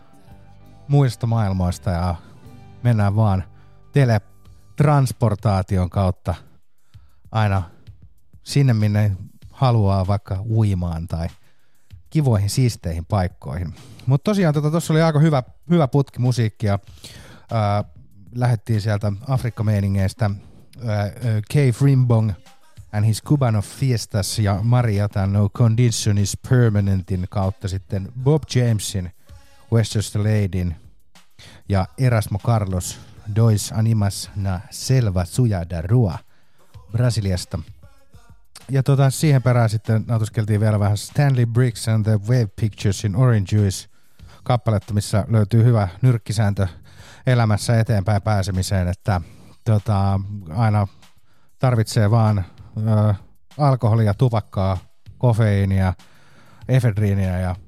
muista maailmoista ja mennään vaan teletransportaation kautta aina sinne, minne haluaa, vaikka uimaan tai kivoihin siisteihin paikkoihin. Mutta tosiaan tuossa tota, oli aika hyvä, hyvä putki musiikkia. Äh, lähdettiin sieltä Afrikka-meiningeistä äh, Cave Rimbong and his Cubano Fiestas ja Mariata No Condition is Permanentin kautta sitten Bob Jamesin Westchester Ladyn ja Erasmo Carlos Dois Animas na Selva Suya da Rua Brasiliasta. Ja tota, siihen perään sitten nautuskeltiin vielä vähän Stanley Briggs and the Wave Pictures in Orange Juice kappaletta, missä löytyy hyvä nyrkkisääntö elämässä eteenpäin pääsemiseen, että tota, aina tarvitsee vaan ö, alkoholia, tupakkaa, kofeiinia, efedriinia ja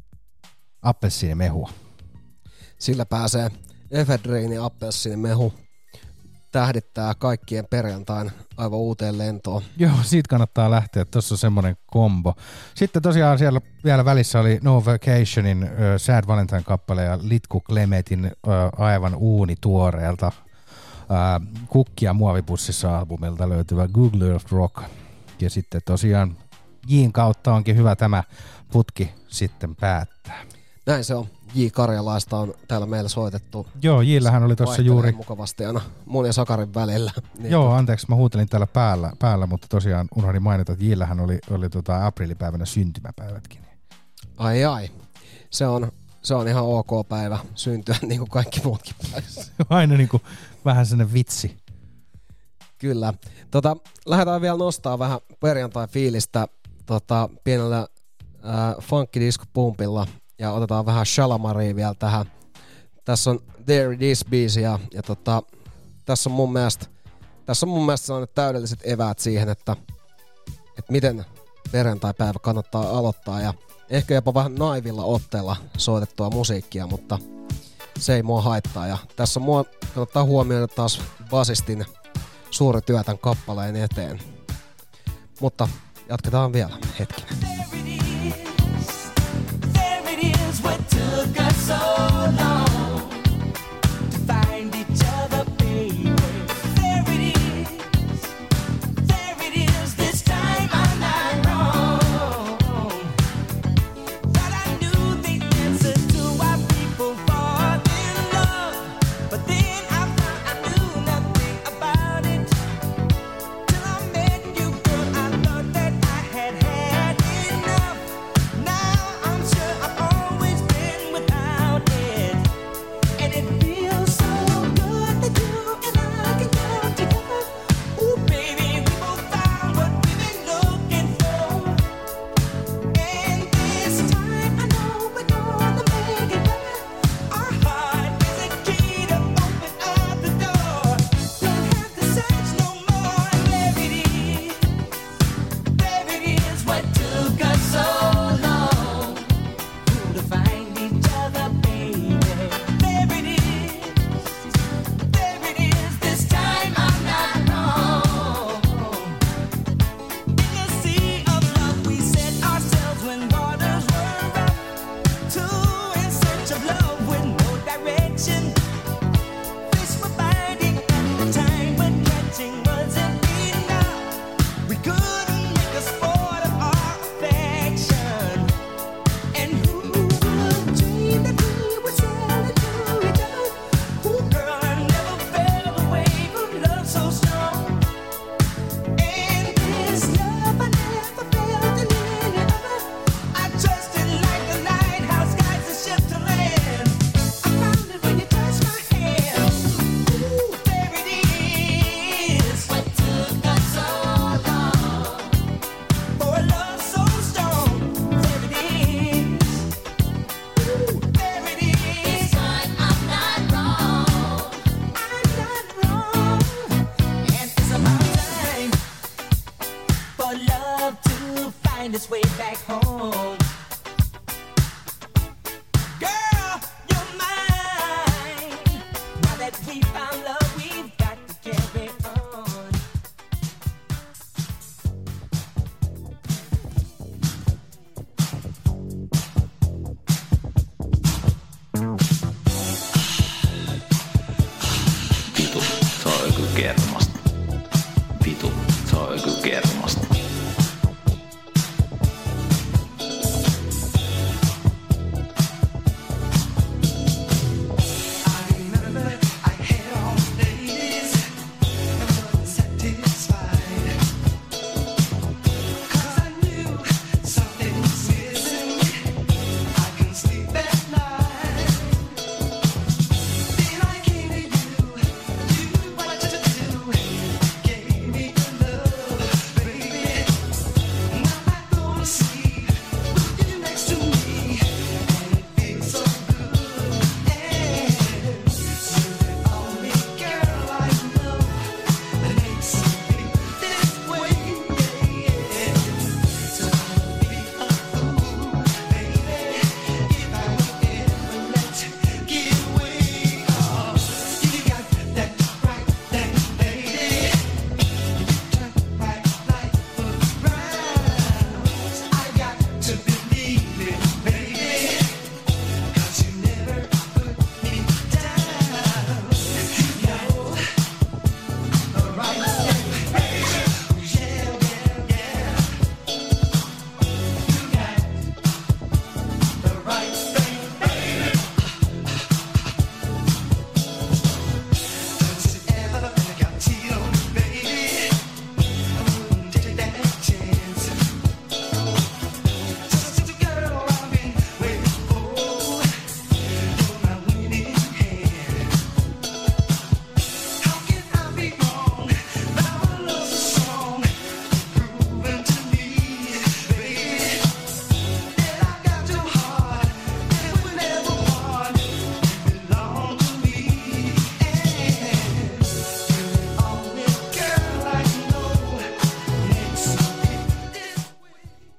appelsiinimehua. Sillä pääsee efedriini, appelsiinimehu tähdittää kaikkien perjantain aivan uuteen lentoon. Joo, siitä kannattaa lähteä. Tuossa on semmoinen kombo. Sitten tosiaan siellä vielä välissä oli No Vacationin uh, Sad Valentine-kappale ja Litku Klemetin uh, aivan uunituoreelta uh, Kukkia muovipussissa albumilta löytyvä Google Earth Rock. Ja sitten tosiaan Jin kautta onkin hyvä tämä putki sitten päättää. Näin se on. J. Karjalaista on täällä meillä soitettu. Joo, Jillähän oli tuossa juuri mukavasti aina mun ja Sakarin välillä. Niin Joo, to... anteeksi, mä huutelin täällä päällä, päällä mutta tosiaan unohdin mainita, että Jillähän oli, oli tota aprillipäivänä syntymäpäivätkin. Ai ai, se on, se on ihan ok päivä syntyä niin kuin kaikki muutkin päivässä. Aina niin kuin vähän sellainen vitsi. Kyllä. Tota, lähdetään vielä nostaa vähän perjantai-fiilistä tota, pienellä äh, funkki-disco-pumpilla. Ja otetaan vähän Shalamaria vielä tähän. Tässä on There It Is-biisi ja, ja tota, tässä on mun mielestä, tässä on mun mielestä sellainen täydelliset eväät siihen, että, että miten perjantai-päivä kannattaa aloittaa ja ehkä jopa vähän naivilla otteella soitettua musiikkia, mutta se ei mua haittaa. Ja tässä on mua kannattaa huomioida taas basistin suuri työ tämän kappaleen eteen. Mutta jatketaan vielä hetkinen. What took us so long to find each other, baby? There it is, there it is. This time I'm not wrong. But I knew the answer to why people fall in love. But then I found I knew nothing about it till I met you, girl. I thought that I had had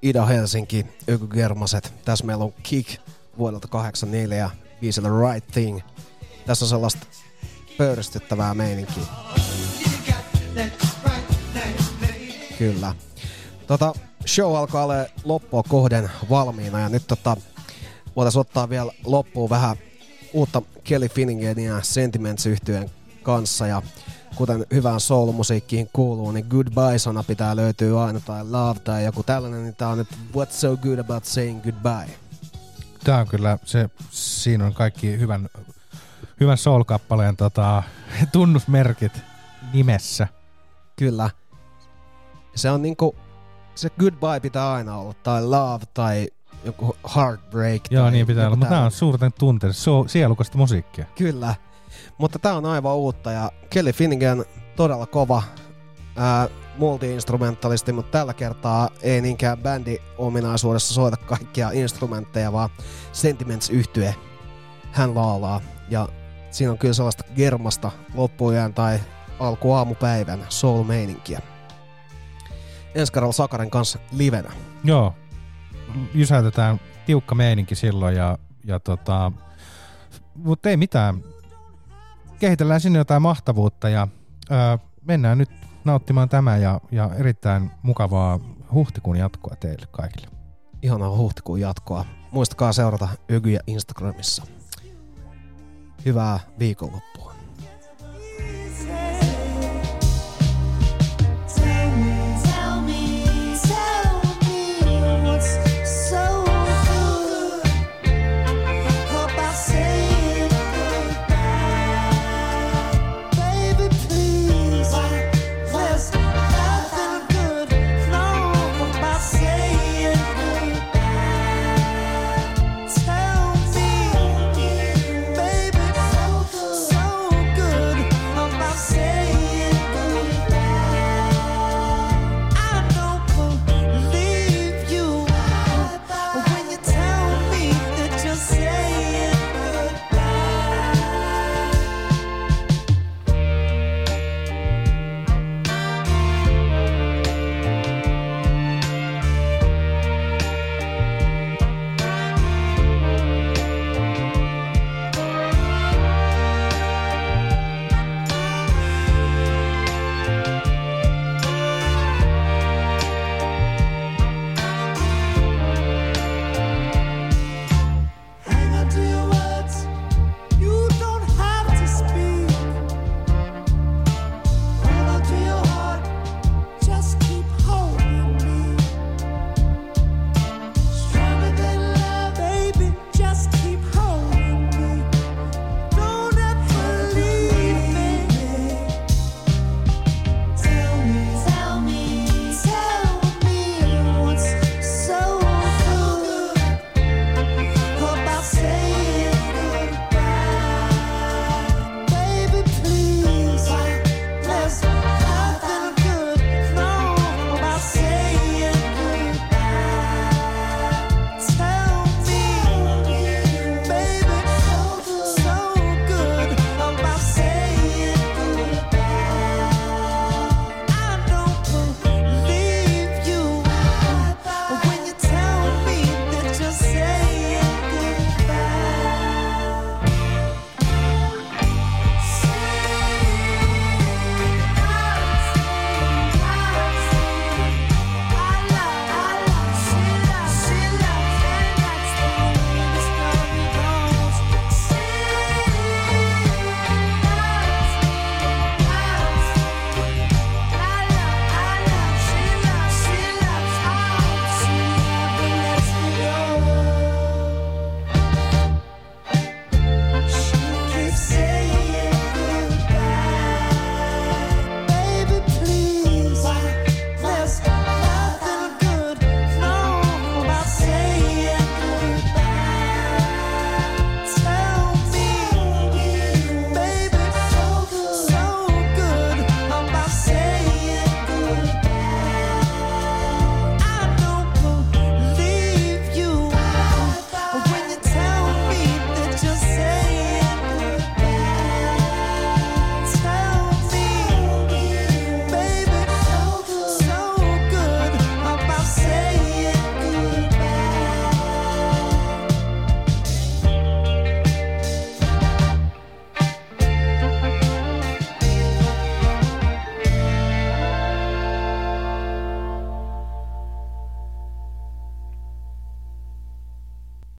Ida Helsinki, Öky Germaset. Tässä meillä on Kick vuodelta kahdeksankymmentäneljä biisillä Right Thing. Tässä on sellaista pöyristyttävää meininkiä. Kyllä. Tota, show alkaa olla loppua kohden valmiina ja nyt tota, voitaisiin ottaa vielä loppuun vähän uutta Kelly Finningenia Sentiments-yhtyeen kanssa ja kuten hyvään soul-musiikkiin kuuluu, niin goodbye-sana pitää löytyä aina tai love tai joku tällainen, niin tää on nyt What's so good about saying goodbye? Tää on kyllä, se, siinä on kaikki hyvän, hyvän soul-kappaleen tota, tunnusmerkit nimessä. Kyllä. Se on niinku, se goodbye pitää aina olla, tai love tai joku heartbreak. Joo, tai niin pitää olla, mutta tää on suurten tunteiden, so, sielukasta musiikkia. Kyllä. Mutta tää on aivan uutta ja Kelly Finnegan todella kova ää, multi-instrumentalisti, mutta tällä kertaa ei niinkään bändi-ominaisuudessa soita kaikkia instrumentteja, vaan Sentiments-yhtye hän laulaa. Ja siinä on kyllä sellaista germasta loppujään tai alkuaamupäivän soul-meininkiä. Ensi kerralla Sakaren kanssa livenä. Joo, jysäytetään tiukka meininki silloin ja, ja tota, mutta ei mitään. Kehitellään sinne jotain mahtavuutta ja ää, mennään nyt nauttimaan tämä ja, ja erittäin mukavaa huhtikuun jatkoa teille kaikille. Ihanaa huhtikuun jatkoa. Muistakaa seurata Ökyjä Instagramissa. Hyvää viikonloppua.